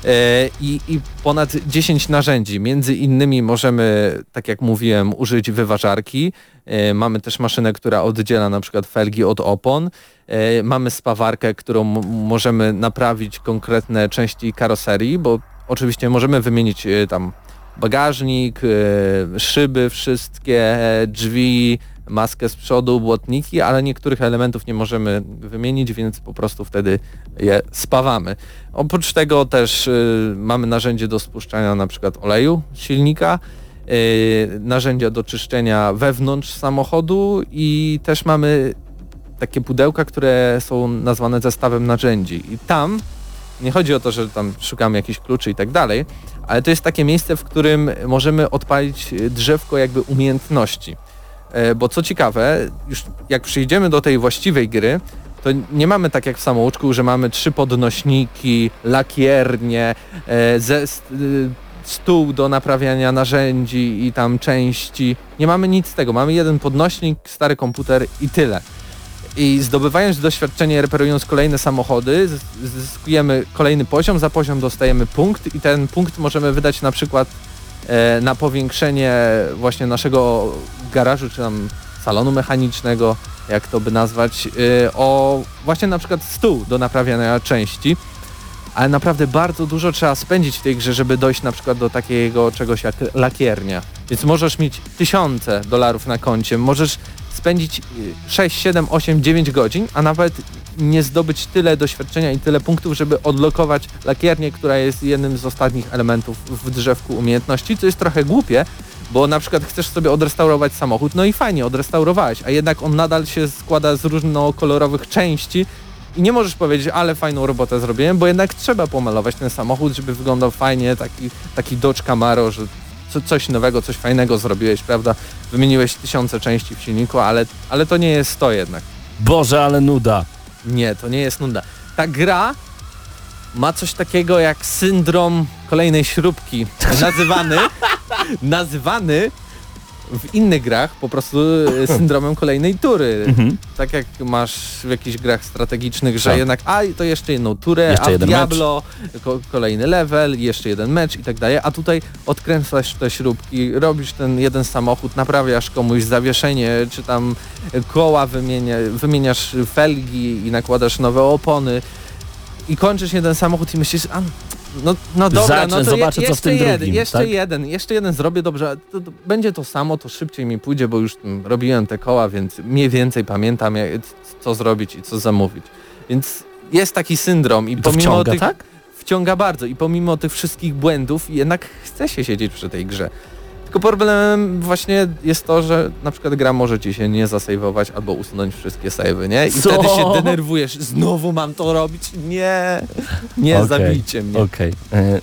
i ponad 10 narzędzi. Między innymi możemy, tak jak mówiłem, użyć wyważarki. Mamy też maszynę, która oddziela na przykład felgi od opon. Mamy spawarkę, którą możemy naprawić konkretne części karoserii, bo oczywiście możemy wymienić tam bagażnik, szyby wszystkie, drzwi, maskę z przodu, błotniki, ale niektórych elementów nie możemy wymienić, więc po prostu wtedy je spawamy. Oprócz tego też mamy narzędzie do spuszczania na przykład oleju z silnika, narzędzia do czyszczenia wewnątrz samochodu i też mamy takie pudełka, które są nazwane zestawem narzędzi. I tam nie chodzi o to, że tam szukamy jakichś kluczy i tak dalej, ale to jest takie miejsce, w którym możemy odpalić drzewko jakby umiejętności. Bo co ciekawe, już jak przyjdziemy do tej właściwej gry, to nie mamy tak jak w samouczku, że mamy 3 podnośniki, lakiernie, stół do naprawiania narzędzi i tam części. Nie mamy nic z tego. Mamy jeden podnośnik, stary komputer i tyle. I zdobywając doświadczenie, reperując kolejne samochody, zyskujemy kolejny poziom, za poziom dostajemy punkt i ten punkt możemy wydać na przykład na powiększenie właśnie naszego garażu, czy tam salonu mechanicznego, jak to by nazwać, o właśnie na przykład stół do naprawiania części. Ale naprawdę bardzo dużo trzeba spędzić w tej grze, żeby dojść na przykład do takiego czegoś jak lakiernia. Więc możesz mieć $1000 na koncie, możesz spędzić 6, 7, 8, 9 godzin, a nawet nie zdobyć tyle doświadczenia i tyle punktów, żeby odlokować lakiernię, która jest jednym z ostatnich elementów w drzewku umiejętności, co jest trochę głupie, bo na przykład chcesz sobie odrestaurować samochód, no i fajnie, odrestaurowałeś, a jednak on nadal się składa z różnokolorowych części i nie możesz powiedzieć, ale fajną robotę zrobiłem, bo jednak trzeba pomalować ten samochód, żeby wyglądał fajnie, taki Dodge Camaro, że coś nowego, coś fajnego zrobiłeś, prawda? Wymieniłeś 1000 części w silniku, ale to nie jest to jednak. Boże, ale nuda. Nie, to nie jest nuda. Ta gra ma coś takiego jak syndrom kolejnej śrubki, nazywany w innych grach po prostu syndromem kolejnej tury. Tak jak masz w jakichś grach strategicznych, że jednak to jeszcze jedną turę, jeszcze a w Diablo kolejny level, jeszcze jeden mecz i tak dalej, a tutaj odkręcasz te śrubki, robisz ten jeden samochód, naprawiasz komuś zawieszenie, czy tam koła wymieniasz felgi i nakładasz nowe opony i kończysz jeden samochód i myślisz, no dobra, no to zobaczę, co w tym drugim, jeszcze jeden zrobię dobrze, to będzie to samo, to szybciej mi pójdzie, bo już robiłem te koła, więc mniej więcej pamiętam co zrobić i co zamówić. Więc jest taki syndrom i to pomimo wciąga, tak? Wciąga bardzo i pomimo tych wszystkich błędów jednak chce się siedzieć przy tej grze. Tylko problemem właśnie jest to, że na przykład gra może ci się nie zasejwować albo usunąć wszystkie sejwy, nie? I wtedy się denerwujesz. Znowu mam to robić? Nie, zabijcie mnie. Okej.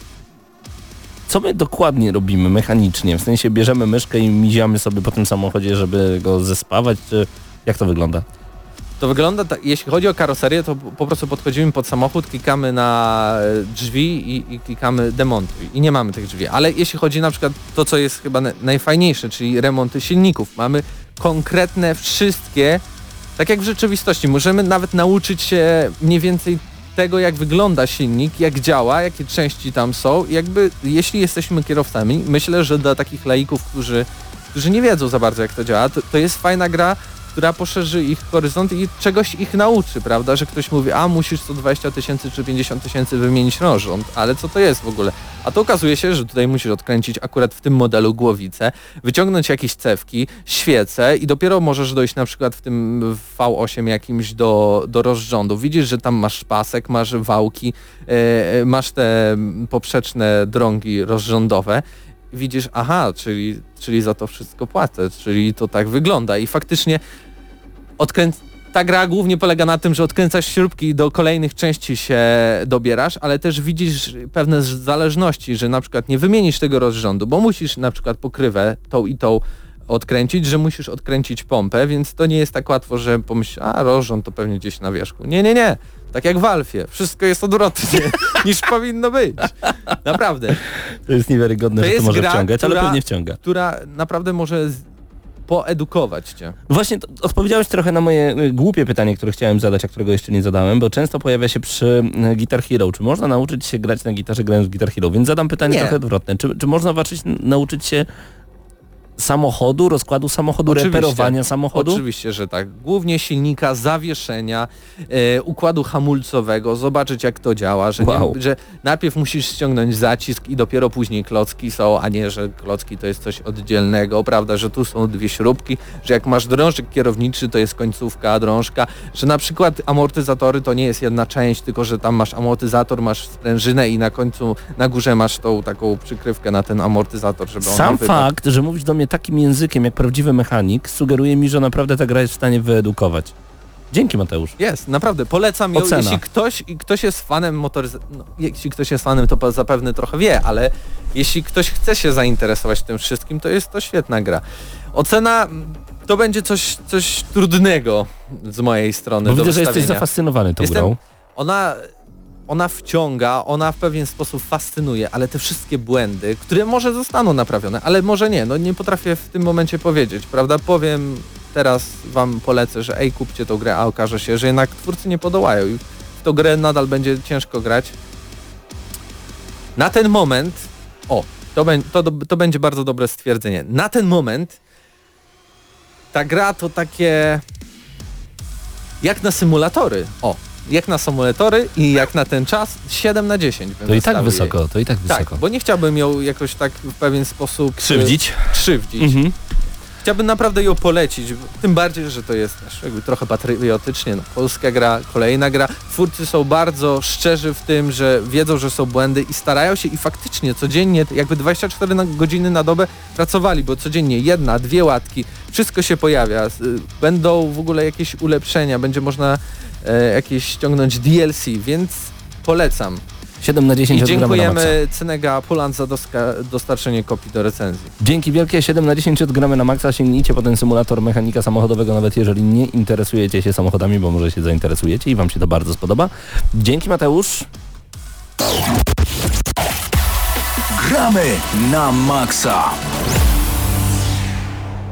Co my dokładnie robimy mechanicznie? W sensie bierzemy myszkę i miziamy sobie po tym samochodzie, żeby go zespawać, czy jak to wygląda? To wygląda tak, jeśli chodzi o karoserię, to po prostu podchodzimy pod samochód, klikamy na drzwi i klikamy demontuj i nie mamy tych drzwi. Ale jeśli chodzi na przykład to, co jest chyba najfajniejsze, czyli remonty silników, mamy konkretne wszystkie, tak jak w rzeczywistości. Możemy nawet nauczyć się mniej więcej tego, jak wygląda silnik, jak działa, jakie części tam są. Jakby, jeśli jesteśmy kierowcami, myślę, że dla takich laików, którzy nie wiedzą za bardzo, jak to działa, to jest fajna gra, która poszerzy ich horyzont i czegoś ich nauczy, prawda? Że ktoś mówi, musisz 120 000 czy 50 000 wymienić rozrząd, ale co to jest w ogóle? A to okazuje się, że tutaj musisz odkręcić akurat w tym modelu głowicę, wyciągnąć jakieś cewki, świece i dopiero możesz dojść na przykład w tym V8 jakimś do rozrządu. Widzisz, że tam masz pasek, masz wałki, masz te poprzeczne drągi rozrządowe. Widzisz, czyli za to wszystko płacę, czyli to tak wygląda i faktycznie ta gra głównie polega na tym, że odkręcasz śrubki i do kolejnych części się dobierasz, ale też widzisz pewne zależności, że na przykład nie wymienisz tego rozrządu, bo musisz na przykład pokrywę tą i tą odkręcić, że musisz odkręcić pompę, więc to nie jest tak łatwo, że pomyślisz, rozrząd to pewnie gdzieś na wierzchu. Nie. Tak jak w Alfie. Wszystko jest odwrotnie niż powinno być. Naprawdę. To jest niewiarygodne, że to może wciągać, ale pewnie wciąga. Która naprawdę może poedukować cię. Właśnie odpowiedziałeś trochę na moje głupie pytanie, które chciałem zadać, a którego jeszcze nie zadałem, bo często pojawia się przy Guitar Hero. Czy można nauczyć się grać na gitarze grając w Guitar Hero? Więc zadam pytanie trochę odwrotne. Czy można nauczyć się samochodu, rozkładu samochodu, reperowania samochodu? Oczywiście, że tak. Głównie silnika, zawieszenia, układu hamulcowego, zobaczyć jak to działa, że najpierw musisz ściągnąć zacisk i dopiero później klocki są, a nie, że klocki to jest coś oddzielnego, prawda, że tu są dwie śrubki, że jak masz drążek kierowniczy, to jest końcówka, drążka, że na przykład amortyzatory to nie jest jedna część, tylko że tam masz amortyzator, masz sprężynę i na końcu, na górze masz tą taką przykrywkę na ten amortyzator, żeby Sam fakt, że mówisz do mnie takim językiem jak prawdziwy mechanik sugeruje mi, że naprawdę ta gra jest w stanie wyedukować. Dzięki, Mateusz. Jest, naprawdę, polecam ją. Jeśli ktoś jest fanem motoryzacji, jeśli ktoś jest fanem, to zapewne trochę wie, ale jeśli ktoś chce się zainteresować tym wszystkim, to jest to świetna gra. Ocena to będzie coś trudnego z mojej strony. Bo widzę, że jesteś zafascynowany tą grą. Ona wciąga, ona w pewien sposób fascynuje, ale te wszystkie błędy, które może zostaną naprawione, ale może nie, nie potrafię w tym momencie powiedzieć, prawda? Powiem, teraz wam polecę, że kupcie tą grę, a okaże się, że jednak twórcy nie podołają i w tą grę nadal będzie ciężko grać. Na ten moment, to będzie bardzo dobre stwierdzenie, na ten moment ta gra to takie jak na symulatory, jak na symulatory i jak na ten czas 7 na 10. To i tak wysoko. Tak, bo nie chciałbym ją jakoś tak w pewien sposób krzywdzić. Mhm. Chciałbym naprawdę ją polecić, tym bardziej, że to jest też jakby trochę patriotycznie, polska gra, kolejna gra. Twórcy są bardzo szczerzy w tym, że wiedzą, że są błędy i starają się i faktycznie codziennie, jakby 24 godziny na dobę pracowali, bo codziennie 1, 2 łatki, wszystko się pojawia, będą w ogóle jakieś ulepszenia, będzie można jakieś ściągnąć DLC, więc polecam. 7 na 10 I od Gramy na Maxa. dziękujemy Cenega Poland za dostarczenie kopii do recenzji. Dzięki wielkie, 7 na 10 od Gramy na Maxa. Sięgnijcie po ten symulator mechanika samochodowego, nawet jeżeli nie interesujecie się samochodami, bo może się zainteresujecie i wam się to bardzo spodoba. Dzięki, Mateusz. Gramy na Maxa.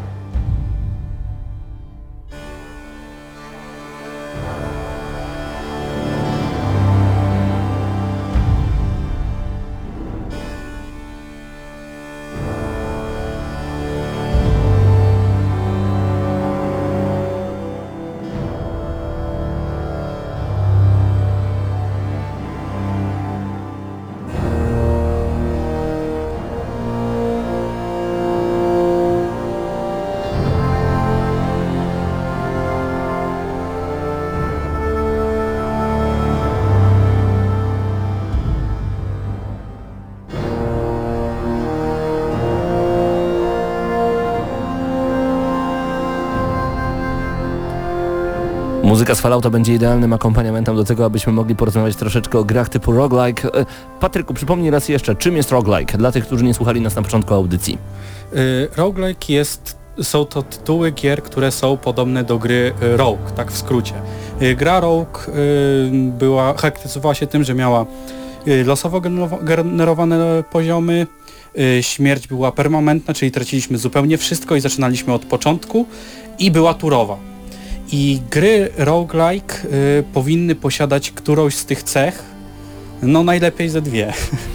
Muzyka z Fallouta będzie idealnym akompaniamentem do tego, abyśmy mogli porozmawiać troszeczkę o grach typu roguelike. Patryku, przypomnij raz jeszcze, czym jest roguelike dla tych, którzy nie słuchali nas na początku audycji. Roguelike są to tytuły gier, które są podobne do gry Rogue, tak w skrócie. Gra Rogue charakteryzowała się tym, że miała losowo generowane poziomy, śmierć była permanentna, czyli traciliśmy zupełnie wszystko i zaczynaliśmy od początku i była turowa. I gry roguelike powinny posiadać którąś z tych cech, no najlepiej ze dwie.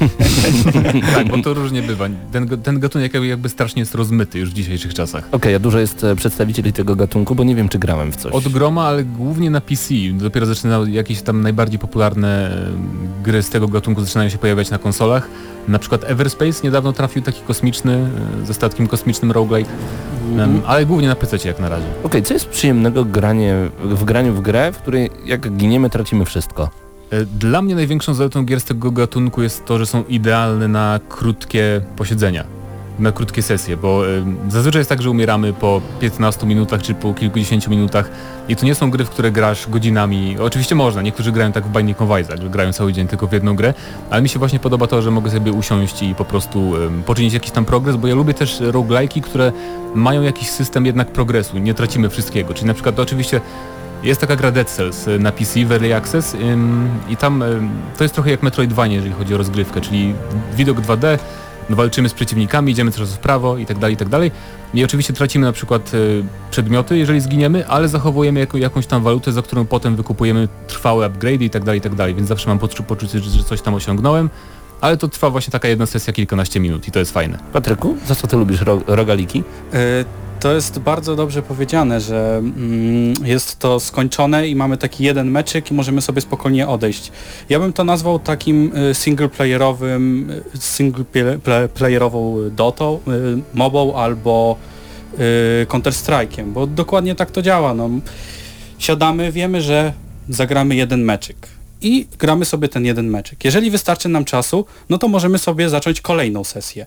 Tak, bo to różnie bywa. Ten gatunek jakby strasznie jest rozmyty już w dzisiejszych czasach. Okej, a dużo jest przedstawicieli tego gatunku, bo nie wiem, czy grałem w coś. Od groma, ale głównie na PC. Dopiero zaczynają jakieś tam najbardziej popularne gry z tego gatunku zaczynają się pojawiać na konsolach. Na przykład Everspace niedawno trafił taki kosmiczny, ze statkiem kosmicznym roguelike, ale głównie na PC jak na razie. Okej, co jest przyjemnego w graniu w grę, w której jak giniemy, tracimy wszystko? Dla mnie największą zaletą gier z tego gatunku jest to, że są idealne na krótkie posiedzenia, na krótkie sesje, bo zazwyczaj jest tak, że umieramy po 15 minutach czy po kilkudziesięciu minutach i to nie są gry, w które grasz godzinami. Oczywiście można, niektórzy grają tak w Binding of Isaac, że grają cały dzień tylko w jedną grę, ale mi się właśnie podoba to, że mogę sobie usiąść i po prostu poczynić jakiś tam progres, bo ja lubię też roguelike'i, które mają jakiś system jednak progresu, nie tracimy wszystkiego, czyli na przykład to oczywiście jest taka gra Dead Cells na PC w Early Access i tam to jest trochę jak Metroidvania, jeżeli chodzi o rozgrywkę, czyli widok 2D, walczymy z przeciwnikami, idziemy coraz w prawo i tak dalej, i tak dalej. I oczywiście tracimy na przykład przedmioty, jeżeli zginiemy, ale zachowujemy jakąś tam walutę, za którą potem wykupujemy trwałe upgrade'y i tak dalej, więc zawsze mam poczucie, że coś tam osiągnąłem, ale to trwa właśnie taka jedna sesja kilkanaście minut i to jest fajne. Patryku, za co ty lubisz rogaliki? To jest bardzo dobrze powiedziane, że jest to skończone i mamy taki jeden meczyk i możemy sobie spokojnie odejść. Ja bym to nazwał takim singleplayerową Dotą, mobą albo Counter-Strike'iem, bo dokładnie tak to działa. No. Siadamy, wiemy, że zagramy jeden meczyk i gramy sobie ten jeden meczyk. Jeżeli wystarczy nam czasu, no to możemy sobie zacząć kolejną sesję.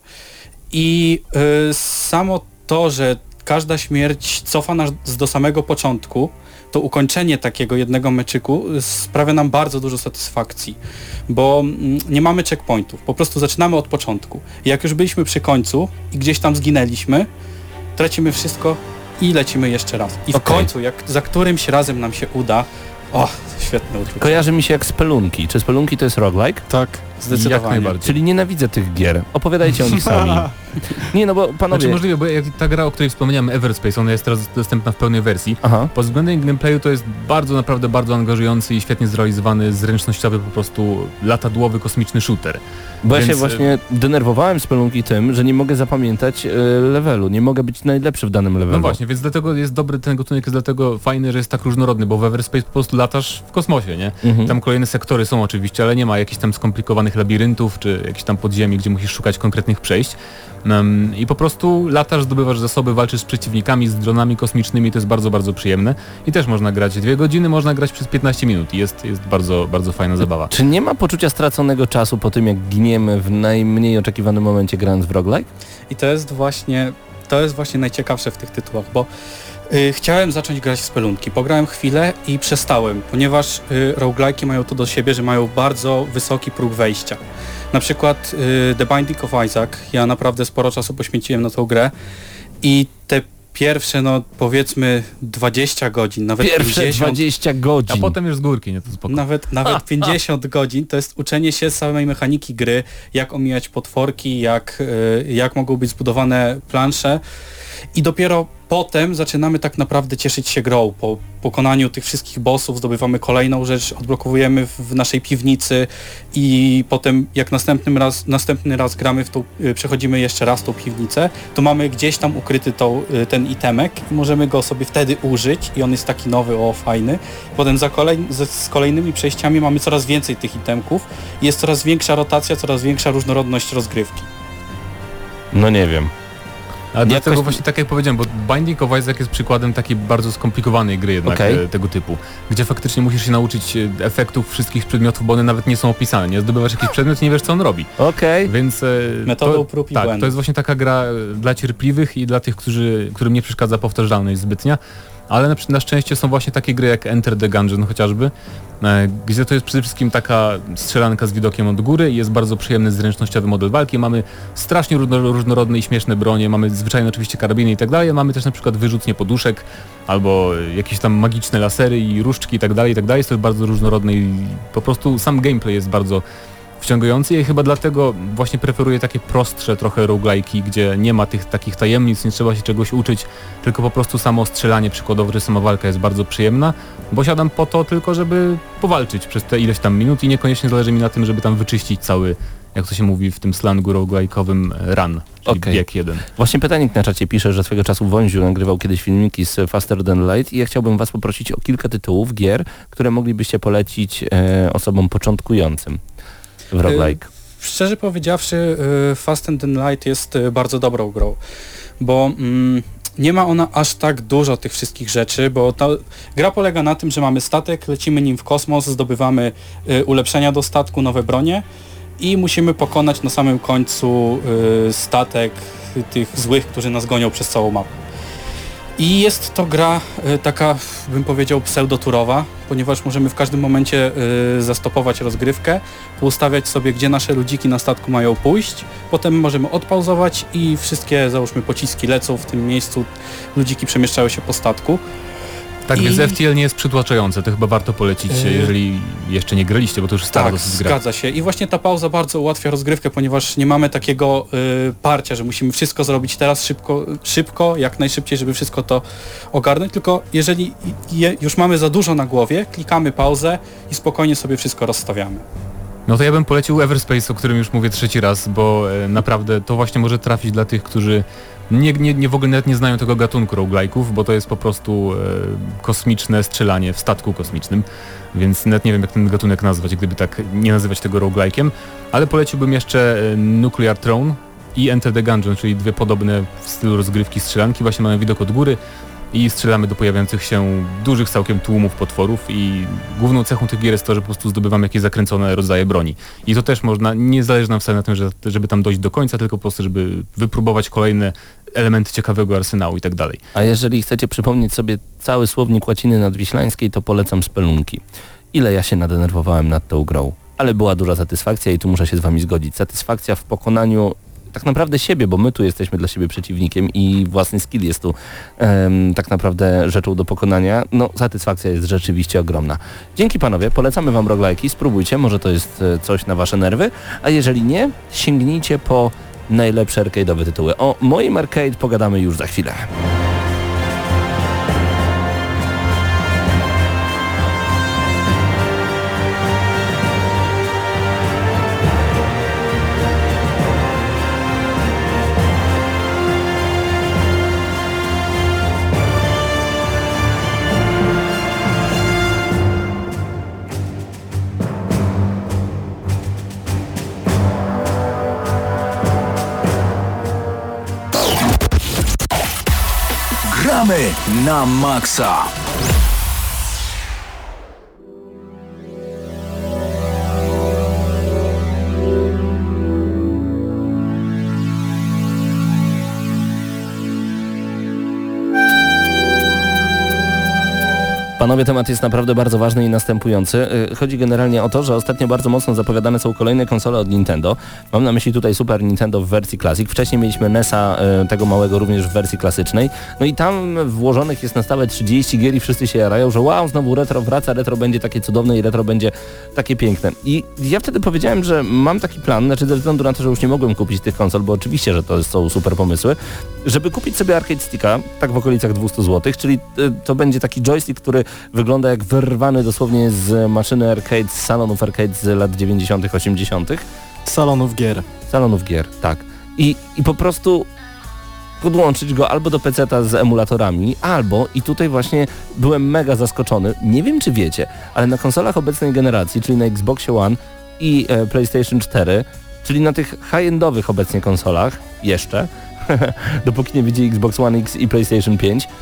I samo to, że każda śmierć cofa nas do samego początku, to ukończenie takiego jednego meczyku sprawia nam bardzo dużo satysfakcji, bo nie mamy checkpointów, po prostu zaczynamy od początku. I jak już byliśmy przy końcu i gdzieś tam zginęliśmy, tracimy wszystko i lecimy jeszcze raz. I w końcu, jak za którymś razem nam się uda, świetne uczucie. Kojarzy mi się jak Spelunki. Czy Spelunki to jest roguelike? Tak, zdecydowanie. Jak najbardziej. Czyli nienawidzę tych gier. Opowiadajcie o nich sami. Nie, no bo panowie... Znaczy możliwe, bo jak ta gra, o której wspomniałem, Everspace, ona jest teraz dostępna w pełnej wersji. Aha. Pod względem gameplayu to jest naprawdę bardzo angażujący i świetnie zrealizowany, zręcznościowy po prostu latadłowy kosmiczny shooter. Bo Więc... ja się właśnie denerwowałem Spelunki tym, że nie mogę zapamiętać levelu, nie mogę być najlepszy w danym levelu. No właśnie, więc dlatego jest dobry, ten gatunek jest dlatego fajny, że jest tak różnorodny, bo w Everspace po prostu latasz w kosmosie, nie? Tam kolejne sektory są oczywiście, ale nie ma jakichś tam skomplikowanych labiryntów, czy jakichś tam podziemi, gdzie musisz szukać konkretnych przejść. I po prostu latasz, zdobywasz zasoby, walczysz z przeciwnikami, z dronami kosmicznymi, to jest bardzo przyjemne. I też można grać 2 godziny, można grać przez 15 minut i jest bardzo fajna zabawa. Czy nie ma poczucia straconego czasu po tym, jak giniemy w najmniej oczekiwanym momencie grając w roguelike? I to jest właśnie najciekawsze w tych tytułach, bo chciałem zacząć grać w Spelunki. Pograłem chwilę i przestałem, ponieważ roguelike'i mają to do siebie, że mają bardzo wysoki próg wejścia. Na przykład The Binding of Isaac, ja naprawdę sporo czasu poświęciłem na tą grę i te pierwsze, no powiedzmy 20 godzin, nawet Pierwsze 50, 20 godzin. A potem już z górki, nie to spoko. Nawet 50 godzin to jest uczenie się samej mechaniki gry, jak omijać potworki, jak mogą być zbudowane plansze i dopiero potem zaczynamy tak naprawdę cieszyć się grą. Po pokonaniu tych wszystkich bossów zdobywamy kolejną rzecz, odblokowujemy w naszej piwnicy i potem jak następny raz gramy przechodzimy jeszcze raz tą piwnicę, to mamy gdzieś tam ukryty ten itemek i możemy go sobie wtedy użyć i on jest taki nowy, fajny. Potem z kolejnymi przejściami mamy coraz więcej tych itemków i jest coraz większa rotacja, coraz większa różnorodność rozgrywki. No nie wiem. A dlatego właśnie tak jak powiedziałem, bo Binding of Isaac jest przykładem takiej bardzo skomplikowanej gry jednak tego typu, gdzie faktycznie musisz się nauczyć efektów wszystkich przedmiotów, bo one nawet nie są opisane, nie? Zdobywasz jakiś przedmiot i nie wiesz co on robi. Więc metodą prób i błędów. To jest właśnie taka gra dla cierpliwych i dla tych, którym nie przeszkadza powtarzalność zbytnia. ale na szczęście są właśnie takie gry jak Enter the Gungeon chociażby, gdzie to jest przede wszystkim taka strzelanka z widokiem od góry i jest bardzo przyjemny, zręcznościowy model walki. Mamy strasznie różnorodne i śmieszne bronie, mamy zwyczajne oczywiście karabiny i tak dalej, mamy też na przykład wyrzutnie poduszek albo jakieś tam magiczne lasery i różdżki i tak dalej, jest to bardzo różnorodne i po prostu sam gameplay jest bardzo wciągający i chyba dlatego właśnie preferuję takie prostsze trochę roguelike'i, gdzie nie ma tych takich tajemnic, nie trzeba się czegoś uczyć, tylko po prostu samo strzelanie przykładowo, czy sama walka jest bardzo przyjemna, bo siadam po to tylko, żeby powalczyć przez te ileś tam minut i niekoniecznie zależy mi na tym, żeby tam wyczyścić cały, jak to się mówi w tym slangu roguelike'owym, run, czyli bieg jeden. Właśnie pytajnik na czacie pisze, że swego czasu Wąziu nagrywał kiedyś filmiki z Faster Than Light i ja chciałbym was poprosić o kilka tytułów gier, które moglibyście polecić osobom początkującym w roguelike. Szczerze powiedziawszy, Fast and Light jest bardzo dobrą grą, bo nie ma ona aż tak dużo tych wszystkich rzeczy, bo ta gra polega na tym, że mamy statek, lecimy nim w kosmos, zdobywamy ulepszenia do statku, nowe bronie i musimy pokonać na samym końcu statek tych złych, którzy nas gonią przez całą mapę. I jest to gra taka, bym powiedział, pseudoturowa, ponieważ możemy w każdym momencie zastopować rozgrywkę, poustawiać sobie, gdzie nasze ludziki na statku mają pójść, potem możemy odpauzować i wszystkie, załóżmy, pociski lecą w tym miejscu, ludziki przemieszczają się po statku. Tak, więc FTL nie jest przytłaczające, to chyba warto polecić, jeżeli jeszcze nie graliście, bo to już stara dosyć gra. Zgadza się. I właśnie ta pauza bardzo ułatwia rozgrywkę, ponieważ nie mamy takiego parcia, że musimy wszystko zrobić teraz szybko, jak najszybciej, żeby wszystko to ogarnąć, tylko jeżeli już mamy za dużo na głowie, klikamy pauzę i spokojnie sobie wszystko rozstawiamy. No to ja bym polecił Everspace, o którym już mówię trzeci raz, bo naprawdę to właśnie może trafić dla tych, którzy w ogóle nawet nie znają tego gatunku roguelike'ów, bo to jest po prostu kosmiczne strzelanie w statku kosmicznym, więc nawet nie wiem, jak ten gatunek nazwać, gdyby tak nie nazywać tego roguelike'iem, ale poleciłbym jeszcze Nuclear Throne i Enter the Gungeon, czyli dwie podobne w stylu rozgrywki strzelanki, właśnie mamy widok od góry i strzelamy do pojawiających się dużych całkiem tłumów potworów i główną cechą tych gier jest to, że po prostu zdobywamy jakieś zakręcone rodzaje broni. I to też można, nie zależy nam wcale na tym, żeby tam dojść do końca, tylko po prostu, żeby wypróbować kolejne elementy ciekawego arsenału i tak dalej. A jeżeli chcecie przypomnieć sobie cały słownik łaciny nadwiślańskiej, to polecam Spelunki. Ile ja się nadenerwowałem nad tą grą, ale była duża satysfakcja i tu muszę się z wami zgodzić. Satysfakcja w pokonaniu tak naprawdę siebie, bo my tu jesteśmy dla siebie przeciwnikiem i własny skill jest tu tak naprawdę rzeczą do pokonania. No, satysfakcja jest rzeczywiście ogromna. Dzięki panowie, polecamy wam roguelike'i, spróbujcie, może to jest coś na wasze nerwy, a jeżeli nie, sięgnijcie po najlepsze arcade'owe tytuły. O moim arcade pogadamy już za chwilę. Gramy na maksa! Panowie, temat jest naprawdę bardzo ważny i następujący. Chodzi generalnie o to, że ostatnio bardzo mocno zapowiadane są kolejne konsole od Nintendo. Mam na myśli tutaj Super Nintendo w wersji Classic. Wcześniej mieliśmy NES-a tego małego również w wersji klasycznej. No i tam włożonych jest na stałe 30 gier i wszyscy się jarają, że wow, znowu retro wraca, retro będzie takie cudowne i retro będzie takie piękne. I ja wtedy powiedziałem, że mam taki plan, znaczy ze względu na to, że już nie mogłem kupić tych konsol, bo oczywiście, że to są super pomysły, żeby kupić sobie arcade sticka, tak w okolicach 200 zł, czyli to będzie taki joystick, który wygląda jak wyrwany dosłownie z maszyny arcade, z salonów arcade z lat 90., 80. Salonów gier, tak. I po prostu podłączyć go albo do PC-ta z emulatorami, albo, i tutaj właśnie byłem mega zaskoczony, nie wiem czy wiecie, ale na konsolach obecnej generacji, czyli na Xboxie One i PlayStation 4, czyli na tych high-endowych obecnie konsolach, jeszcze, dopóki nie widzi Xbox One X i PlayStation 5,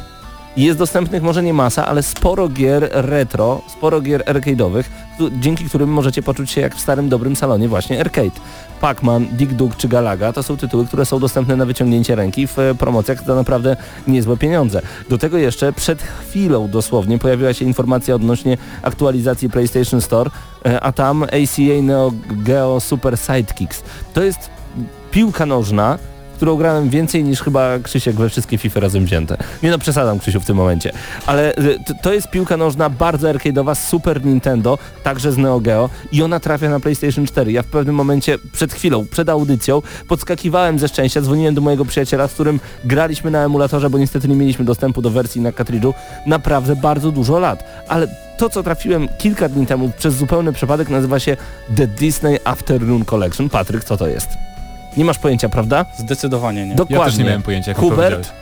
I jest dostępnych może nie masa, ale sporo gier retro, sporo gier arcade'owych, dzięki którym możecie poczuć się jak w starym, dobrym salonie właśnie arcade. Pac-Man, Dig Dug czy Galaga to są tytuły, które są dostępne na wyciągnięcie ręki w promocjach za naprawdę niezłe pieniądze. Do tego jeszcze przed chwilą dosłownie pojawiła się informacja odnośnie aktualizacji PlayStation Store, a tam ACA Neo Geo Super Sidekicks. To jest piłka nożna, którą grałem więcej niż chyba Krzysiek we wszystkie FIFA razem wzięte. Nie no, przesadzam, Krzysiu, w tym momencie. Ale to jest piłka nożna bardzo arcade'owa z Super Nintendo, także z Neo Geo i ona trafia na PlayStation 4. Ja w pewnym momencie, przed chwilą, przed audycją, podskakiwałem ze szczęścia, dzwoniłem do mojego przyjaciela, z którym graliśmy na emulatorze, bo niestety nie mieliśmy dostępu do wersji na kartridżu naprawdę bardzo dużo lat. Ale to, co trafiłem kilka dni temu przez zupełny przypadek, nazywa się The Disney Afternoon Collection. Patryk, co to jest? Nie masz pojęcia, prawda? Zdecydowanie nie. Dokładnie. Ja też nie miałem pojęcia, jak Hubert?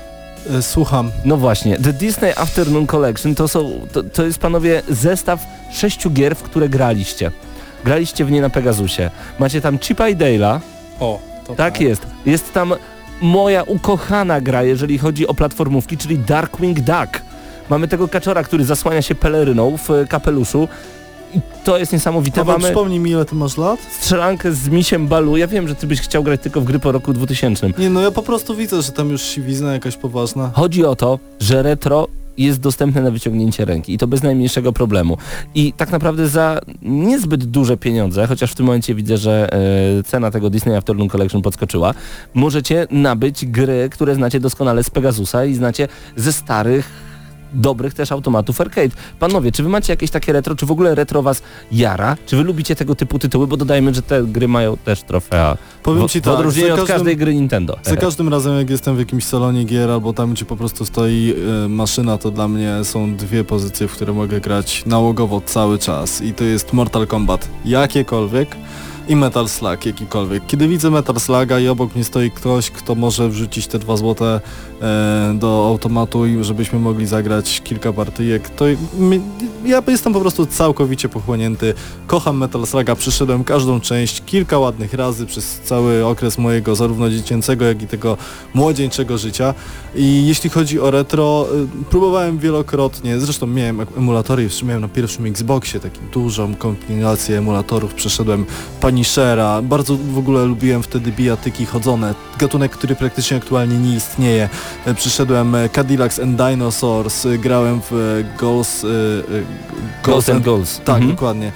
Słucham. No właśnie, The Disney Afternoon Collection to jest, panowie, zestaw 6 gier, w które graliście. Graliście w nie na Pegasusie. Macie tam Chipa i Dale'a. O, to tak jest. Jest tam moja ukochana gra, jeżeli chodzi o platformówki, czyli Darkwing Duck. Mamy tego kaczora, który zasłania się peleryną w kapeluszu. I to jest niesamowite. Mamy... Przypomnij mi, ile ty masz lat? Strzelankę z misiem Balu. Ja wiem, że ty byś chciał grać tylko w gry po roku 2000. Nie, no ja po prostu widzę, że tam już siwizna jakaś poważna. Chodzi o to, że retro jest dostępne na wyciągnięcie ręki i to bez najmniejszego problemu. I tak naprawdę za niezbyt duże pieniądze, chociaż w tym momencie widzę, że cena tego Disney Afternoon Collection podskoczyła, możecie nabyć gry, które znacie doskonale z Pegasusa i znacie ze starych, dobrych też automatów arcade. Panowie, czy wy macie jakieś takie retro, czy w ogóle retro was jara? Czy wy lubicie tego typu tytuły? Bo dodajmy, że te gry mają też trofea. Powiem ci tak, w odróżnieniu od każdej gry Nintendo. Za każdym razem, jak jestem w jakimś salonie gier albo tam, gdzie po prostu stoi maszyna, to dla mnie są dwie pozycje, w które mogę grać nałogowo cały czas. I to jest Mortal Kombat jakiekolwiek i Metal Slug jakikolwiek. Kiedy widzę Metal Sluga i obok mnie stoi ktoś, kto może wrzucić te 2 złote do automatu i żebyśmy mogli zagrać kilka partyjek, to ja jestem po prostu całkowicie pochłonięty. Kocham Metal Sluga, przyszedłem każdą część kilka ładnych razy przez cały okres mojego zarówno dziecięcego, jak i tego młodzieńczego życia. I jeśli chodzi o retro, próbowałem wielokrotnie, zresztą miałem emulatory, jeszcze miałem na pierwszym Xboxie taką dużą kompilację emulatorów, przeszedłem Punishera, bardzo w ogóle lubiłem wtedy bijatyki chodzone, gatunek, który praktycznie aktualnie nie istnieje. Przyszedłem Cadillacs and Dinosaurs, grałem w Ghosts and Goals. Tak, dokładnie.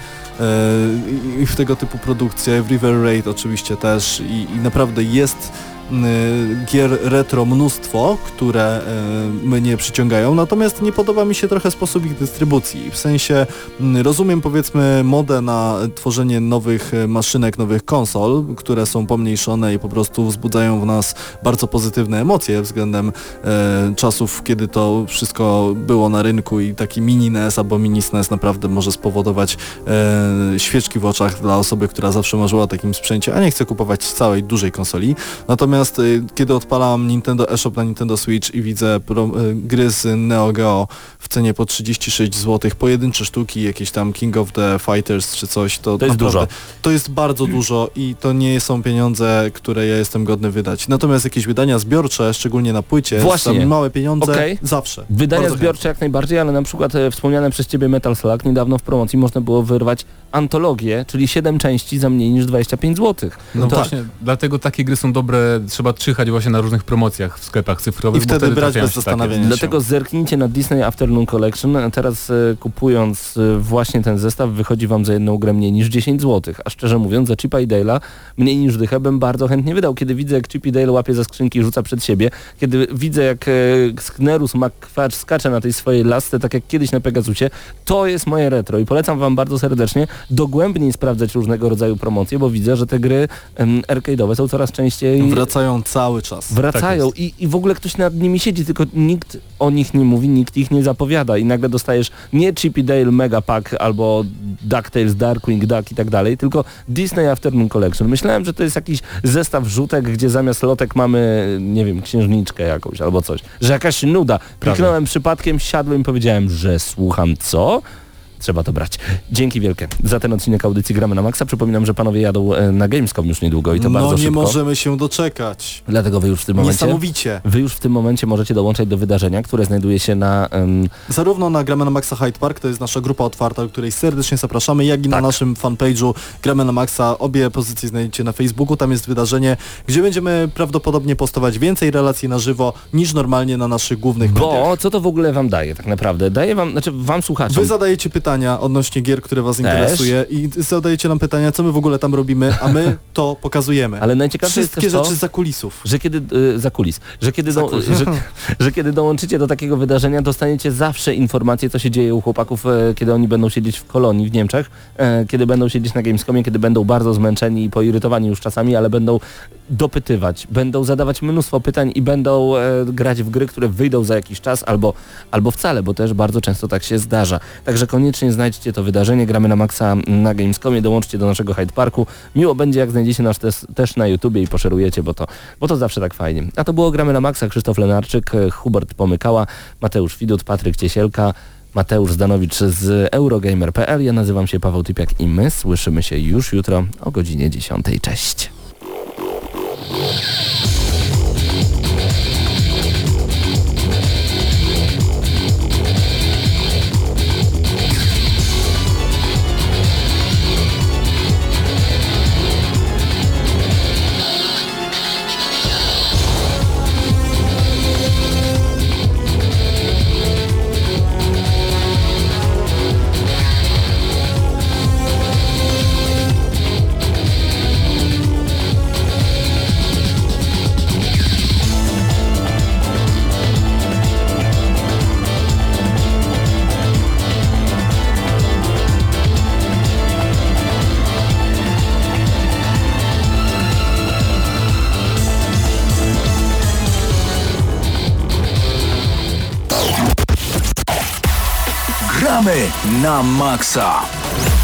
I w tego typu produkcje, w River Raid oczywiście też i naprawdę jest gier retro mnóstwo, które mnie przyciągają, natomiast nie podoba mi się trochę sposób ich dystrybucji. W sensie rozumiem, powiedzmy, modę na tworzenie nowych maszynek, nowych konsol, które są pomniejszone i po prostu wzbudzają w nas bardzo pozytywne emocje względem czasów, kiedy to wszystko było na rynku i taki mini NES albo mini SNES naprawdę może spowodować świeczki w oczach dla osoby, która zawsze marzyła o takim sprzęcie, a nie chce kupować całej dużej konsoli. Natomiast kiedy odpalam Nintendo eShop na Nintendo Switch i widzę gry z Neo Geo w cenie po 36 zł, pojedyncze sztuki, jakieś tam King of the Fighters czy coś, to jest dużo. To jest bardzo dużo i to nie są pieniądze, które ja jestem godny wydać. Natomiast jakieś wydania zbiorcze, szczególnie na płycie, właśnie, tam małe pieniądze, zawsze. Wydania bardzo zbiorcze chętnie. jak najbardziej, ale na przykład wspomniane przez Ciebie Metal Slug niedawno w promocji można było wyrwać antologię, czyli 7 części za mniej niż 25 zł. No właśnie, dlatego takie gry są dobre, trzeba czyhać właśnie na różnych promocjach w sklepach cyfrowych. I wtedy brać bez zastanawiania się. Dlatego zerknijcie na Disney Afternoon Collection. Teraz kupując właśnie ten zestaw wychodzi wam za jedną grę mniej niż 10 zł. A szczerze mówiąc, za Chipa i Dale'a mniej niż dychę bym bardzo chętnie wydał. Kiedy widzę, jak Chip i Dale łapie za skrzynki i rzuca przed siebie, kiedy widzę, jak Sknerus McQuatch skacze na tej swojej lasce, tak jak kiedyś na Pegasusie, to jest moje retro i polecam wam bardzo serdecznie dogłębniej sprawdzać różnego rodzaju promocje, bo widzę, że te gry arcade'owe są coraz częściej... Wracają cały czas. Wracają tak i w ogóle ktoś nad nimi siedzi, tylko nikt o nich nie mówi, nikt ich nie zapowiada i nagle dostajesz nie Chip i Dale Mega Pack albo DuckTales, Darkwing Duck i tak dalej, tylko Disney Afternoon Collection. Myślałem, że to jest jakiś zestaw rzutek, gdzie zamiast lotek mamy, nie wiem, księżniczkę jakąś albo coś, że jakaś nuda. Kliknąłem przypadkiem, siadłem i powiedziałem, że słucham co? trzeba to brać. Dzięki wielkie za ten odcinek audycji Gramy na Maxa. Przypominam, że panowie jadą na Gamescom już niedługo i to bardzo szybko. No nie możemy się doczekać. Dlatego wy już w tym momencie... Niesamowicie. Wy już w tym momencie możecie dołączać do wydarzenia, które znajduje się na... Zarówno na Gramy na Maxa Hyde Park, to jest nasza grupa otwarta, do której serdecznie zapraszamy, jak i na naszym fanpage'u Gramy na Maxa. Obie pozycje znajdziecie na Facebooku. Tam jest wydarzenie, gdzie będziemy prawdopodobnie postować więcej relacji na żywo niż normalnie na naszych głównych mediach. Bo co to w ogóle wam daje tak naprawdę? Daje wam, znaczy wam słuchaczom. Wy zadajecie pytania odnośnie gier, które was interesuje i zadajecie nam pytania, co my w ogóle tam robimy, a my to pokazujemy. Ale najciekawsze wszystkie jest też rzeczy to, za kulisów. że kiedy że kiedy dołączycie do takiego wydarzenia, dostaniecie zawsze informacje, co się dzieje u chłopaków, kiedy oni będą siedzieć w Kolonii w Niemczech, kiedy będą siedzieć na Gamescomie, kiedy będą bardzo zmęczeni i poirytowani już czasami, ale będą dopytywać, będą zadawać mnóstwo pytań i będą grać w gry, które wyjdą za jakiś czas albo wcale, bo też bardzo często tak się zdarza. Także koniecznie znajdźcie to wydarzenie, Gramy na Maxa na Gamescomie, dołączcie do naszego Hyde Parku. Miło będzie, jak znajdziecie nas też na YouTubie i poszerujecie, bo to zawsze tak fajnie. A to było Gramy na Maxa, Krzysztof Lenarczyk, Hubert Pomykała, Mateusz Widut, Patryk Ciesielka, Mateusz Zdanowicz z Eurogamer.pl. Ja nazywam się Paweł Typiak i my słyszymy się już jutro o godzinie 10. Cześć. Gramy na Maxa.